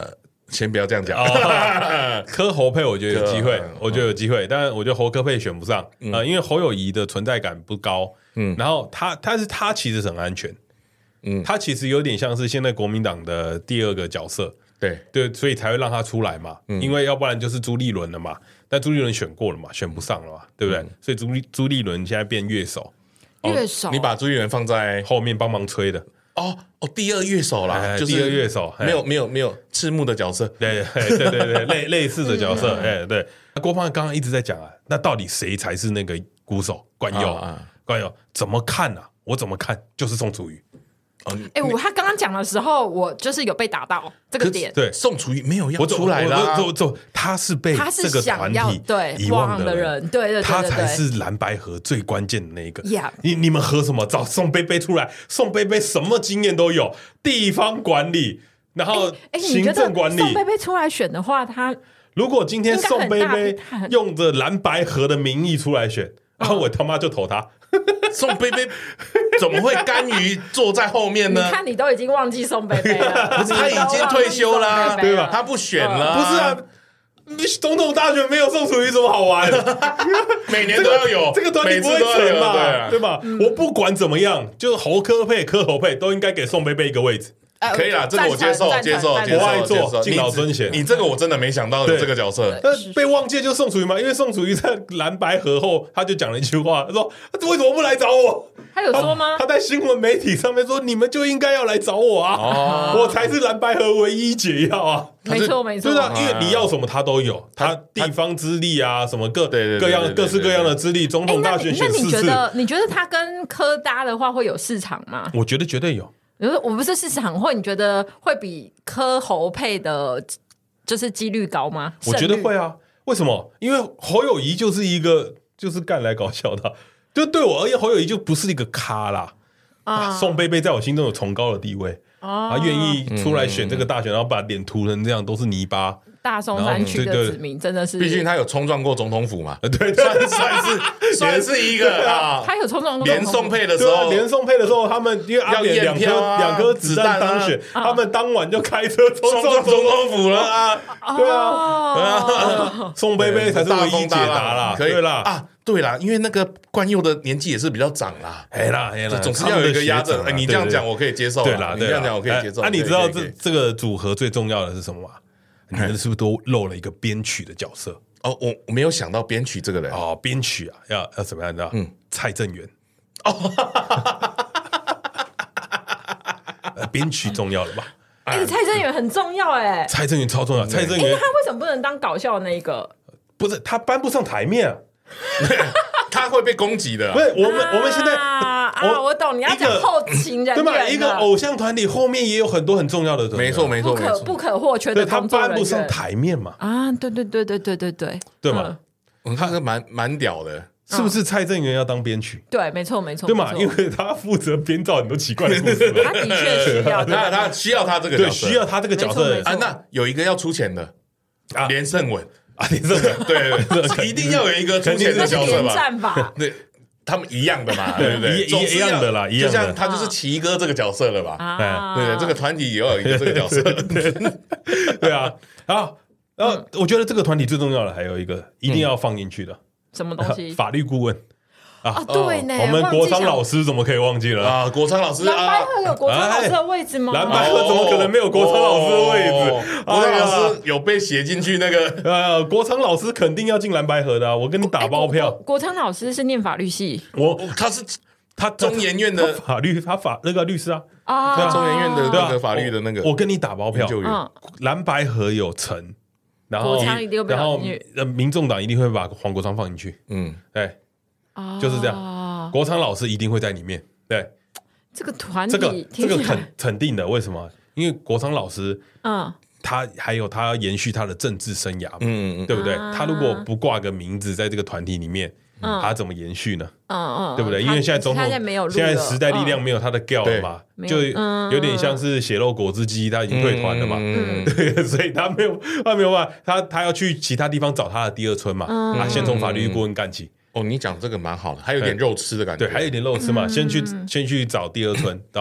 先不要这样讲。 哦、柯侯配我觉得有机会，我觉得有机会，但我觉得侯柯配选不上啊、嗯呃，因为侯友宜的存在感不高，嗯，然后他，但是他其实很安全，嗯，他其实有点像是现在国民党的第二个角色， 对对，所以才会让他出来嘛，嗯、因为要不然就是朱立伦了嘛，但朱立伦选过了嘛，选不上了嘛，对不对？嗯、所以朱朱立伦现在变乐手， 乐手、 哦，你把朱立伦放在后面帮忙吹的。 哦哦，第二乐手啦， 哎、 就是第二乐手， 没有没有没有赤木的角色， 对对对对对，类类似的角色，哎、嗯、对。郭胖刚刚一直在讲啊，那到底谁才是那个鼓手？冠佑啊，冠佑怎么看啊？我怎么看就是宋楚瑜。 哎、欸，我他刚刚讲的时候，我就是有被打到这个点。 对， 宋楚瑜没有要出来啦， 我我他是被这个团体遗忘的人， 对对对， 他才是蓝白合最关键的那一个。 Yeah. 你你们合什么？找宋贝贝出来，宋贝贝什么经验都有，地方管理，然后行政管理。 宋贝贝出来选的话，他如果今天宋贝贝用着蓝白合的名义出来选，然后我他妈就投他。 宋贝贝怎么会甘于坐在后面呢？ 你看，你都已经忘记宋贝贝了， 不是他已经退休啦， 对吧？ 他不选了， 不是啊。总统大选没有宋楚瑜怎么好玩？ 每年都要有， 这个团体不会成嘛，对吧？我不管怎么样，就是侯柯配、柯侯配都应该给宋贝贝一个位置。 可以啦，这个我接受，接受， 不爱做，敬老尊贤。 你这个我真的没想到有这个角色， 但被忘记就宋楚瑜嘛，因为宋楚瑜在蓝白合后，他就讲了一句话，他说：“为什么不来找我？” 他有说吗？ 他在新闻媒体上面说：“你们就应该要来找我啊，我才是蓝白合唯一解药啊。” 没错，没错， 对啊，因为你要什么他都有，他地方资历啊，什么各各样各式各样的资历，总统大选选四次。 那你觉得，你觉得他跟柯搭的话会有市场吗？ 我觉得绝对有。 我不是市场会，你觉得会比柯侯配的，就是几率高吗？ 我觉得会啊。为什么？因为侯友宜就是一个就是干来搞笑的，就对我而言，侯友宜就不是一个咖啦。啊，宋贝贝在我心中有崇高的地位。啊，他愿意出来选这个大选，然后把脸涂成这样，都是泥巴。 大松山区的子民真的是， 毕竟他有冲撞过总统府嘛， 对， 算算是算是一个啊。 他有冲撞过连宋配的时候， 连宋配的时候，他们因为阿扁两颗两颗子弹当选，他们当晚就开车冲撞总统府了啊！对啊，宋贝贝才是唯一解答啦， 可以啦啊。对啦，因为那个冠佑的年纪也是比较长啦， 哎啦哎啦， 总是要有一个压着。哎，你这样讲我可以接受， 对啦， 你这样讲我可以接受。 那你知道这这个组合最重要的是什么吗？你们是不是都漏了一个编曲的角色？ 哦，我我没有想到编曲这个人哦，编曲啊，要要怎么样的？嗯，蔡正元哦，编曲重要了吧？ 哎，蔡正元很重要哎， 蔡正元超重要。蔡正元他为什么不能当搞笑的那一个？ 不是他搬不上台面啊。 他会被攻击的。 不是我们，我们现在啊，我懂你要讲后勤人员， 对吧？一个偶像团体后面也有很多很重要的人， 没错没错， 不可不可或缺的工作人员， 他搬不上台面嘛？ 啊，对对对对对对对， 对嘛？ 他是蛮蛮屌的， 是不是？蔡正元要当编曲， 对，没错没错， 对嘛？因为他负责编造很多奇怪的故事， 他的确需要， 他他需要他这个角色， 需要他这个角色啊。那有一个要出钱的啊，连胜文。 啊，你这个对对，一定要有一个出钱的角色吧？ 对，他们一样的嘛，对不对？ 一样的啦，一样的。 就像他就是奇哥这个角色了吧？对对，这个团体也要有一个这个角色。 对啊，然后然后我觉得这个团体最重要的还有一个一定要放进去的什么东西？ 法律顾问。 啊，对呢， 我们国昌老师怎么可以忘记了啊？国昌老师， 蓝白合有国昌老师的位置吗？ 蓝白合怎么可能没有国昌老师的位置？ 国昌老师有被写进去那个， 呃，国昌老师肯定要进蓝白合的，我跟你打包票。 国昌老师是念法律系， 我他是他中研院的法律，他法那个律师啊， 啊，中研院的那个法律的那个， 我跟你打包票，蓝白合有成，然后然后呃，民众党一定会把黄国昌放进去，嗯，对。就是这样，国昌老师一定会在里面。对， 这个团体， 这个这个肯肯定的。为什么？因为国昌老师，嗯，他还有他要延续他的政治生涯，嗯嗯，对不对？他如果不挂个名字在这个团体里面，他怎么延续呢？嗯嗯，对不对？因为现在总统现在时代力量没有他的 gal 了嘛，就有点像是血肉果汁机，他已经退团了嘛，对，所以他没有他没有办法，他他要去其他地方找他的第二春嘛，啊，先从法律顾问干起。 哦，你讲这个蛮好的，还有点肉吃的感觉， 对，还有点肉吃嘛。先去先去找第二春，到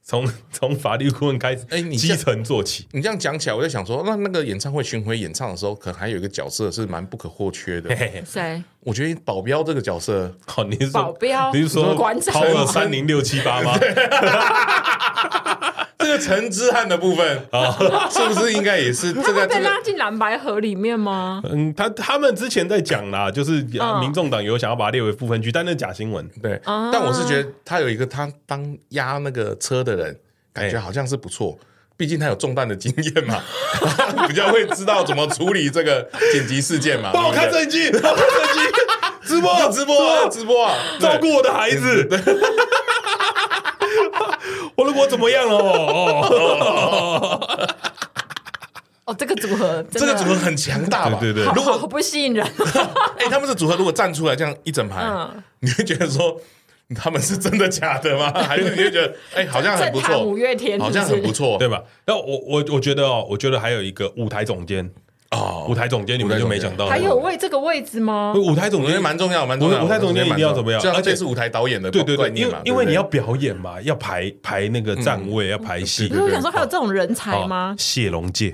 从从法律顾问开始，哎，你基层做起。 你这样讲起来，我就想说，那那个演唱会巡回演唱的时候，可能还有一个角色是蛮不可或缺的。 谁？ 我觉得保镖这个角色， 好，你是保镖？ 你是说馆长？ 超了三零六七八吗？ 这个陈之汉的部分啊，是不是应该也是这个？ 他被拉进蓝白河里面吗？ 嗯，他他们之前在讲啦，就是民众党有想要把它列为不分区，但那是假新闻。 对，但我是觉得他有一个他当压那个车的人，感觉好像是不错。毕竟他有中弹的经验嘛，比较会知道怎么处理这个紧急事件嘛。 帮我看这一集，帮我看这一集，直播直播直播， 照顾我的孩子。我如果怎么样了哦？ 哦，这个组合， 这个组合很强大吧？ 对对对， 如果不吸引人， 哎，他们的组合如果站出来这样一整排，你会觉得说他们是真的假的吗？还是你会觉得哎，好像很不错？ 五月天好像很不错， 对吧？那我我我觉得哦，我觉得还有一个舞台总监。哦，舞台总监你们就没想到， 还有为这个位置吗？ 舞台总监蛮重要，蛮重要。 舞台总监一定要怎么样？ 而且是舞台导演的对对对， 因为因为你要表演嘛，要排排那个站位，要排戏。 可是我想说，还有这种人才吗？ 谢龙介，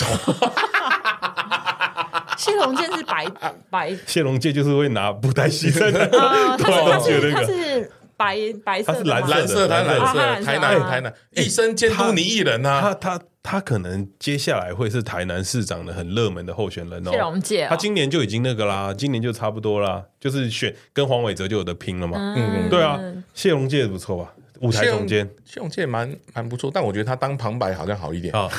谢龙介是白白， 谢龙介就是会拿布袋戏在那， 他是他是。白白色， 他是蓝蓝色，他蓝色，台南台南一生监督你一人啊！ 他他他可能接下来会是台南市长的很热门的候选人哦。 谢龙介， 他今年就已经那个啦，今年就差不多啦，就是选跟黄伟哲就有得拼了嘛。嗯，对啊，谢龙介不错吧？舞台总监， 谢龙介蛮蛮不错，但我觉得他当旁白好像好一点啊。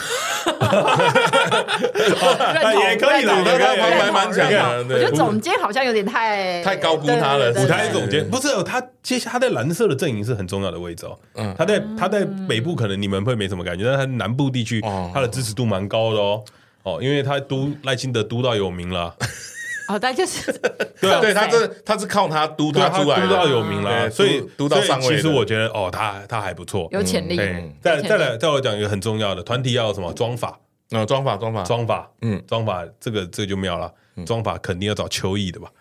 也可以啦， 他当旁白蛮强的。 我觉得总监好像有点太太高估他了。 舞台总监不是他，接下他在蓝色的阵营是很重要的位置哦。嗯，他在他在北部可能你们会没什么感觉，但他南部地区他的支持度蛮高的哦。哦，因为他督赖清德督到有名了。 哦，但就是对啊，对他这他是靠他督他出来， 督到有名了，所以督到上位。 其实我觉得哦，他他还不错， 有潜力。 再再来，再我讲一个很重要的团体要什么妆法。 呃，妆法，妆法， 妆法，嗯，妆法，这个这个就妙了。妆法肯定要找邱毅的吧？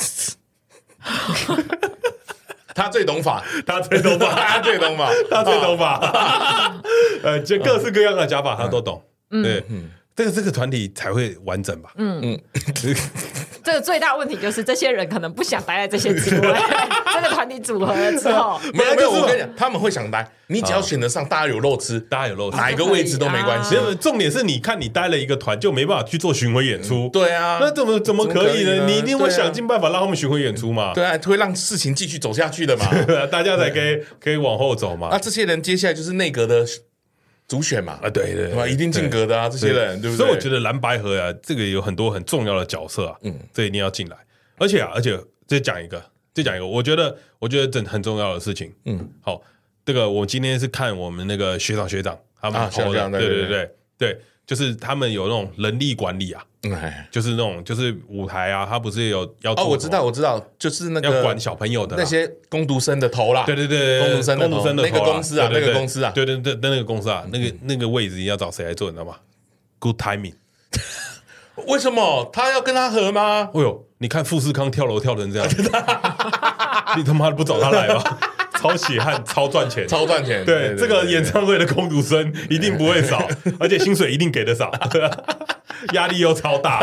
他最懂法， 他最懂法， 他最懂法， 他最懂法。呃，就各式各样的假法他都懂。对，这个这个团体才会完整吧？嗯嗯。 这个最大问题就是这些人可能不想待在这些职位，这个团体组合了之后， 没有没有，我跟你讲，他们会想待。你只要选得上，大家有肉吃， 大家有肉吃， 哪一个位置都没关系。 重点是你看你待了一个团，就没办法去做巡回演出。 对啊， 那怎么怎么可以呢？你一定会想尽办法让他们巡回演出嘛。 对啊，会让事情继续走下去的嘛， 大家才可以可以往后走嘛。 那这些人接下来就是内阁的主选嘛， 啊，对对对，一定进阁的啊，这些人对不对？ 所以我觉得蓝白合啊，这个有很多很重要的角色啊，嗯，这一定要进来。而且啊，而且再讲一个，再讲一个，我觉得，我觉得这很重要的事情。嗯，好，这个我今天是看我们那个学长学长他们投的，对对对对，就是他们有那种人力管理啊，就是那种就是舞台啊，他不是有要哦，我知道我知道，就是那个要管小朋友的那些工读生的头啦， 对对对， 工读生工读生的那个公司啊，那个公司啊， 对对对，那个公司啊，那个那个位置要找谁来做，你知道吗 ？Good timing。 为什么他要跟他合吗？ 哎呦，你看富士康跳楼跳成这样，你他妈不找他来吗？超血汗，超赚钱， 超赚钱。 对，对对对对，这个演唱会的工读生一定不会少，而且薪水一定给的少，压力又超大。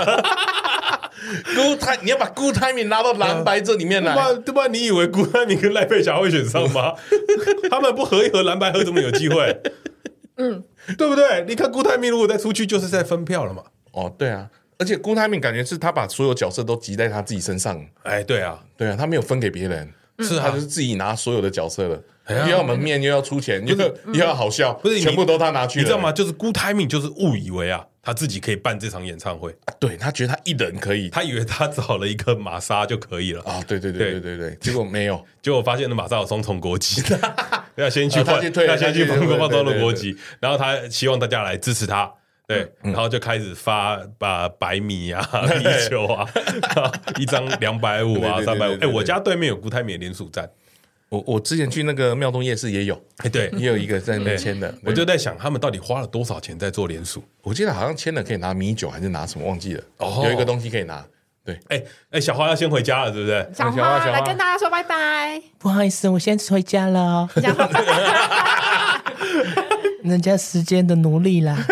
Good time， 你要把 Good timing 拉到蓝白这里面来， 对吧？你以为 Good timing 跟赖佩霞会选上吗？他们不合一合，蓝白合怎么有机会？嗯，对不对？你看 Good timing 如果再出去，就是在分票了嘛。 哦，对啊。而且Good timing感觉是他把所有角色都集在他自己身上， 哎，对啊， 对啊，他没有分给别人， 是他就是自己拿所有的角色了，又要门面，又要出钱，又又要好笑， 不是全部都他拿去了， 你知道吗？就是Good timing就是误以为啊，他自己可以办这场演唱会， 对他觉得他一人可以， 他以为他找了一个玛莎就可以了啊，对对对对对对，结果没有， 结果发现那玛莎有双重国籍，要先去换，要先去换换到的国籍，然后他希望大家来支持他。对，然后就开始发把百米啊、米球啊，一张两百五啊、三百五。哎，我家对面有Good timing的联署站， 我我之前去那个庙东夜市也有， 哎，对， 也有一个在那边签的。 我就在想，他们到底花了多少钱在做联署？ 我记得好像签了可以拿米酒，还是拿什么忘记了。哦，有一个东西可以拿。 对， 哎哎，小花要先回家了，对不对？ 小花， 小花来跟大家说拜拜。 不好意思，我先回家了哦。人家时间的奴隶啦。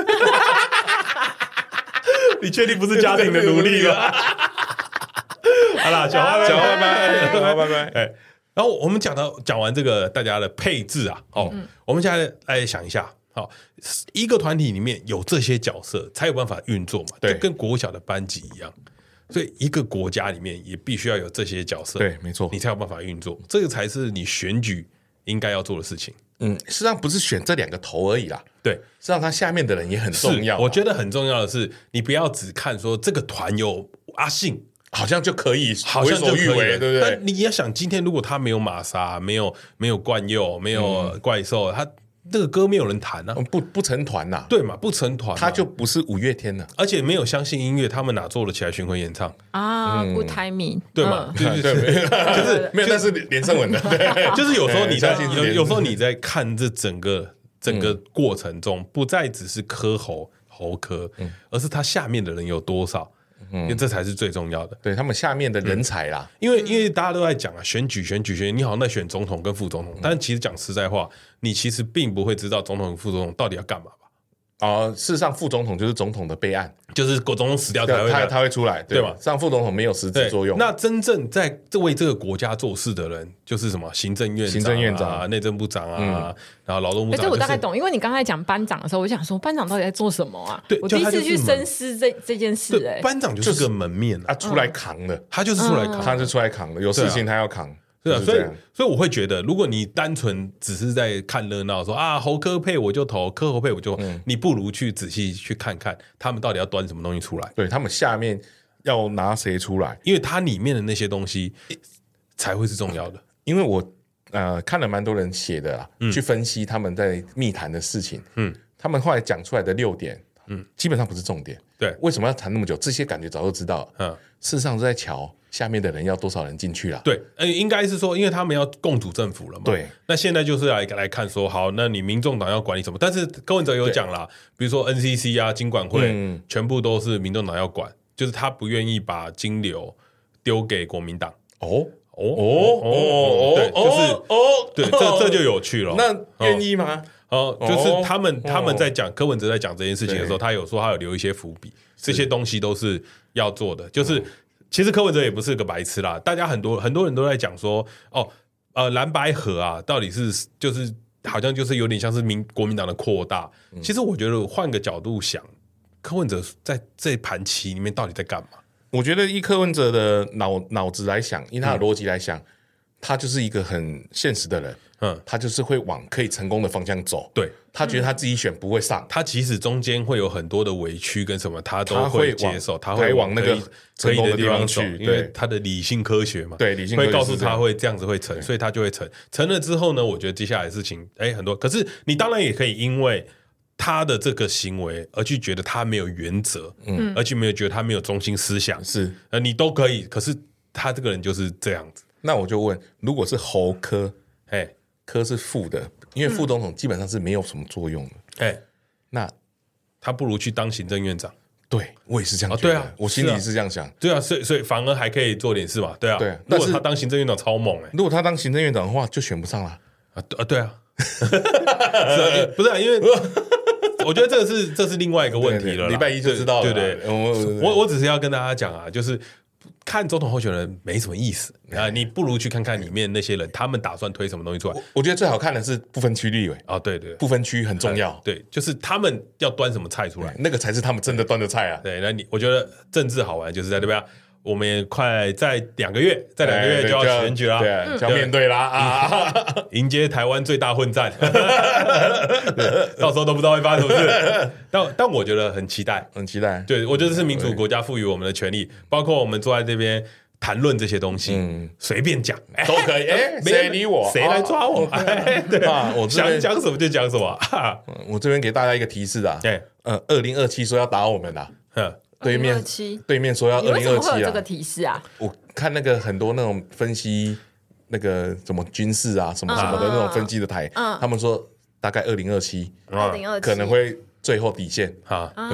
你确定不是家庭的奴隶吗？好啦，小花， 小花拜拜，小花拜拜。 哎，然后我们讲到讲完这个大家的配置啊，哦，嗯、我们现在来想一下。好，一个团体里面有这些角色，才有办法运作嘛。就跟国小的班级一样，所以一个国家里面也必须要有这些角色。 对，没错， 你才有办法运作。这个才是你选举应该要做的事情。 嗯，实际上不是选这两个头而已啦。 对， 实际上他下面的人也很重要。 我觉得很重要的是，你不要只看说这个团有阿信。 好像就可以为所欲为， 对不对？ 但你要想，今天如果他没有玛莎，没有没有冠佑，没有怪兽，他这个歌没有人弹啊， 不不成团呐， 对嘛？不成团， 他就不是五月天了， 而且没有相信音乐，他们哪做得起来巡回演唱啊 ？Good timing， 对嘛？就是就是没有，那是连胜文的，对， 就是有时候你在有有时候你在看这整个整个过程中，不再只是科喉喉科，而是他下面的人有多少。因为这才是最重要的， 对他们下面的人才啦。 嗯、因为因为大家都在讲啊，选举选举选举，你好像在选总统跟副总统，嗯、但其实讲实在话，你其实并不会知道总统跟副总统到底要干嘛吧？ 哦，事实上，副总统就是总统的备案， 就是总统死掉才会他他会出来，对吧？上副总统没有实质作用。 那真正在这为这个国家做事的人，就是什么行政院长、行政院长啊、内政部长啊，嗯、然后劳动部长。 这我大概懂，因为你刚才讲班长的时候，我想说班长到底在做什么啊？ 对， 我第一次去深思这这件事。哎， 班长就是个门面啊，出来扛的， 他就是出来扛， 他是出来扛的，有事情他要扛。 对啊，所以所以我会觉得，如果你单纯只是在看热闹，说啊侯科配我就投，科侯配我就，嗯、你不如去仔细去看看他们到底要端什么东西出来。 对他们下面要拿谁出来， 因为它里面的那些东西才会是重要的。 因为我呃看了蛮多人写的啦，嗯、去分析他们在密谈的事情，嗯，他们后来讲出来的六点，嗯，基本上不是重点。 对， 为什么要谈那么久？这些感觉早就知道了，嗯，事实上是在瞧下面的人要多少人进去啦。 对，呃，应该是说，因为他们要共主政府了嘛。 对， 那现在就是来来看说，好，那你民众党要管理什么？但是柯文哲有讲啦，比如说 N C C 啊、金管会，嗯、全部都是民众党要管，就是他不愿意把金流丢给国民党。 哦哦哦哦，对，就是哦，对，这这就有趣了。 那愿意吗？ 哦，就是他们他们在讲柯文哲在讲这件事情的时候，他有说他有留一些伏笔，这些东西都是要做的。就是其实柯文哲也不是个白痴啦，大家很多很多人都在讲说，哦，呃，蓝白合啊，到底是就是好像就是有点像是民国民党的扩大。其实我觉得换个角度想，柯文哲在这盘棋里面到底在干嘛？ 我觉得以柯文哲的脑脑子来想，以他的逻辑来想，嗯、他就是一个很现实的人。嗯，他就是会往可以成功的方向走。 对， 他觉得他自己选不会上， 他即使中间会有很多的委屈跟什么，他都会接受，他会往那个成功的地方去， 因为他的理性科学嘛， 对，理性科学会告诉他会这样子会成，所以他就会成。成了之后呢，我觉得接下来的事情，哎，很多。可是你当然也可以因为他的这个行为而去觉得他没有原则，嗯，而去没有觉得他没有中心思想， 是， 呃，你都可以。可是他这个人就是这样子。 那我就问，如果是侯科， 哎。 科是副的，因为副总统基本上是没有什么作用的。 哎、嗯， 那他不如去当行政院长。 对，我也是这样觉得。 哦、对啊， 我心里是这样想。 对啊，所以所以反而还可以做点事嘛。对啊， 对啊。 如果他当行政院长超猛哎、欸， 如果他当行政院长的话，就选不上了。 啊啊，对啊，是啊不是、啊、因为我觉得这个是这是另外一个问题了。 礼拜一就知道了。 对对对，我我只是要跟大家讲啊，就是。看总统候选人没什么意思啊，你不如去看看里面那些人，他们打算推什么东西出来。 我, 我觉得最好看的是不分区立委啊、哦，对对， 不分区很重要、 嗯，对，就是他们要端什么菜出来， 那个才是他们真的端的菜啊。 对，那你我觉得政治好玩就是在这边，我们也快在两个月，在两个月就要选举了， 对，嗯、就要面对啦啊， 迎接台湾最大混战，到时候都不知道会发生什么事。但但我觉得很期待， 很期待。 对，我觉得是民主国家赋予我们的权利，包括我们坐在这边谈论这些东西，嗯，随便讲都可以。哎，谁理我？ 谁来抓我？哎，对啊，我想讲什么就讲什么。 我这边给大家一个提示啊，对，呃，二零二七说要打我们啦，对面对面说要二零二七啊。 你为什么会有这个提示啊？ 我看那个很多那种分析那个什么军事啊什么什么的那种分析的台，他们说大概二零二七，二零二七可能会最后底线啊，对。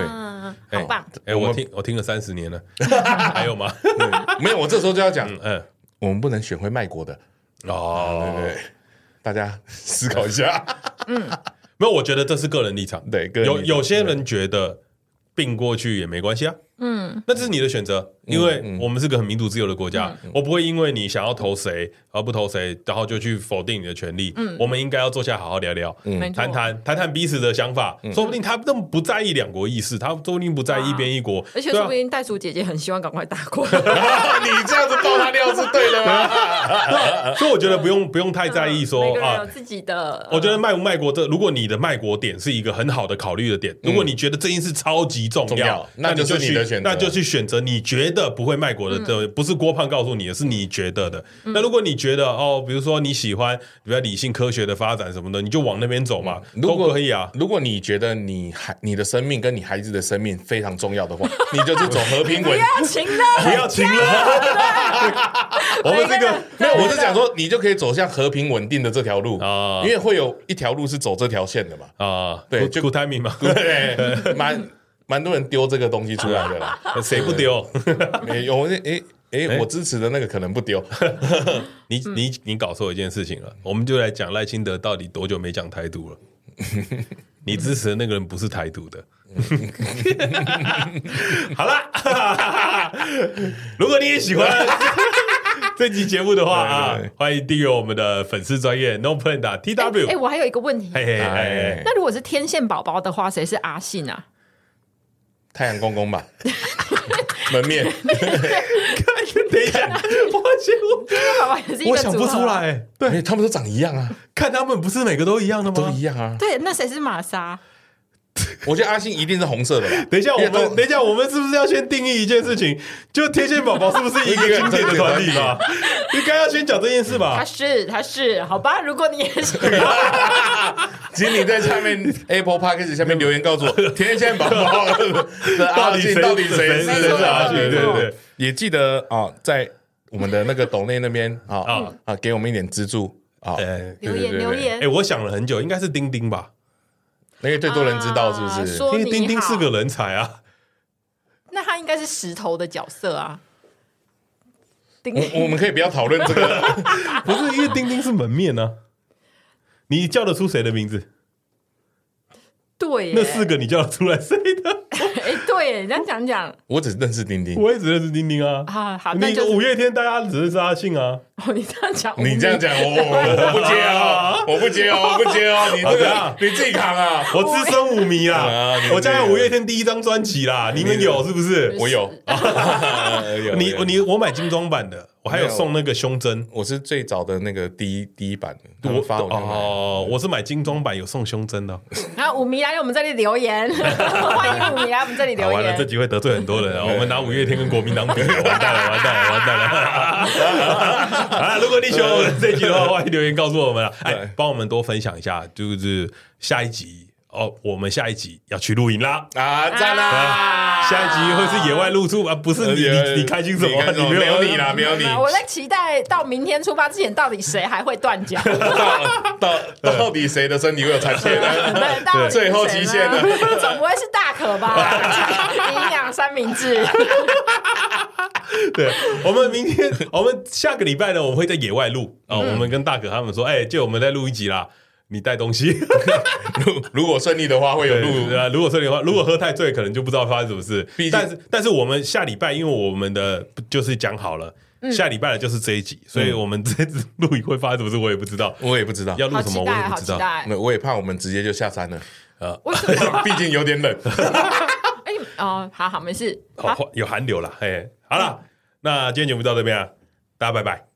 好棒！ 哎，我听我听了三十年了，还有吗？ 没有，我这时候就要讲，嗯，我们不能选回卖国的哦， 对对，大家思考一下。 嗯，没有，我觉得这是个人立场， 对， 有有些人觉得并过去也没关系啊。嗯，那这是你的选择，因为我们是个很民主自由的国家，我不会因为你想要投谁而不投谁，然后就去否定你的权利。嗯，我们应该要坐下好好聊聊，谈谈谈谈彼此的想法，说不定他那么不在意两国意识，他说不定不在意一边一国， 而且说不定袋鼠姐姐很希望赶快打过。 你这样子爆他料是对的吗？ 所以我觉得不用不用太在意说啊，有自己的。 我觉得卖不卖国，这如果你的卖国点是一个很好的考虑的点，如果你觉得这件事超级重要， 那就是你的选择， 那就去选择你觉得不会卖国的，嗯、不是郭胖告诉你的，是你觉得的。嗯、那如果你觉得哦，比如说你喜欢比较理性科学的发展什么的，你就往那边走嘛，嗯、都可以啊。 如果你觉得你孩你的生命跟你孩子的生命非常重要的话，你就是走和平稳， 不要情了， 不要情了。我们这个没有，我是讲说你就可以走向和平稳定的这条路啊，因为会有一条路是走这条线的嘛啊，对， 就 good timing 嘛， 对，蛮。蛮多人丢这个东西出来的啦， 谁不丢？ 有哎哎，我支持的那个可能不丢。 你你你搞错一件事情了，我们就来讲赖清德到底多久没讲台独了？你支持的那个人不是台独的。好了，如果你也喜欢这期节目的话啊，欢迎订阅我们的粉丝专页 No Plan 打 T W。 哎，我还有一个问题，那如果是天线宝宝的话，谁是阿信啊？ 太阳公公吧，门面。 等一下，我我我想不出来， 对，他们都长一样啊。 看他们不是每个都一样的吗？ 都一样啊。 对，那谁是玛莎？ 我觉得阿信一定是红色的吧。 等一下，我们等一下，我们是不是要先定义一件事情？就天线宝宝是不是一个经典的团体吧？应该要先讲这件事吧？ 他是，他是，好吧？如果你也是， 请你在下面 Apple Podcast 下面留言告诉我，天线宝宝的阿信到底谁是阿信？对对对，也记得啊，在我们的那个抖内那边啊啊，给我们一点资助啊， 留言留言。 哎，我想了很久，应该是丁丁吧。 因为最多人知道是不是？ 因为丁丁是个人才啊。 那他应该是石头的角色啊。 我我们可以不要讨论这个， 不是因为丁丁是门面呢、啊。你叫得出谁的名字？ 对， 那四个你叫得出来谁的？ 哎，对，你这样讲讲， 我只认识丁丁， 我也只认识丁丁啊。 啊，好， 那个五月天大家只认识阿信啊。 哦，你这样讲， 你这样讲，我我不接哦，我不接哦，我不接哦，你这个你自己扛啊。 我资深舞迷啦，我家有五月天第一张专辑啦，你们有是不是？ 我有， 你你我买精装版的。我还有送那个胸针， 我是最早的那个第一第一版的，我发我哦，我是买精装版有送胸针的。 然后五迷来我们这里留言，欢迎五迷来我们这里留言。 完了，这集会得罪很多人啊！我们拿五月天跟国民党比，完蛋了，完蛋了，完蛋了！啊，如果你喜欢我们这集的话，欢迎留言告诉我们啊！哎，帮我们多分享一下，就是下一集。哦，我们下一集要去露营啦！ 啊，赞啦！ 下一集会是野外露出啊，不是你你你开心什么？ 你没有你啦，没有你。 我在期待到明天出发之前，到底谁还会断脚？ 到到底谁的身体会有残缺呢？ 对， 最后极限的， 总不会是大可吧？营养三明治。 对，我们明天，我们下个礼拜呢，我们会在野外录啊。我们跟大可他们说，哎，就我们再录一集啦。你带东西， 如如果顺利的话会有录， 如果顺利的话，如果喝太醉，可能就不知道发生什么事。但是但是我们下礼拜，因为我们的就是讲好了，嗯、下礼拜的就是这一集，所以我们这次录影会发生什么事，我也不知道， 我也不知道要录什么，我也不知道。 我也怕我们直接就下山了， 呃，为什么？ 毕竟有点冷。 哎哦，好好没事， 好有寒流了，哎，好了，那今天节目到这边啊，大家拜拜。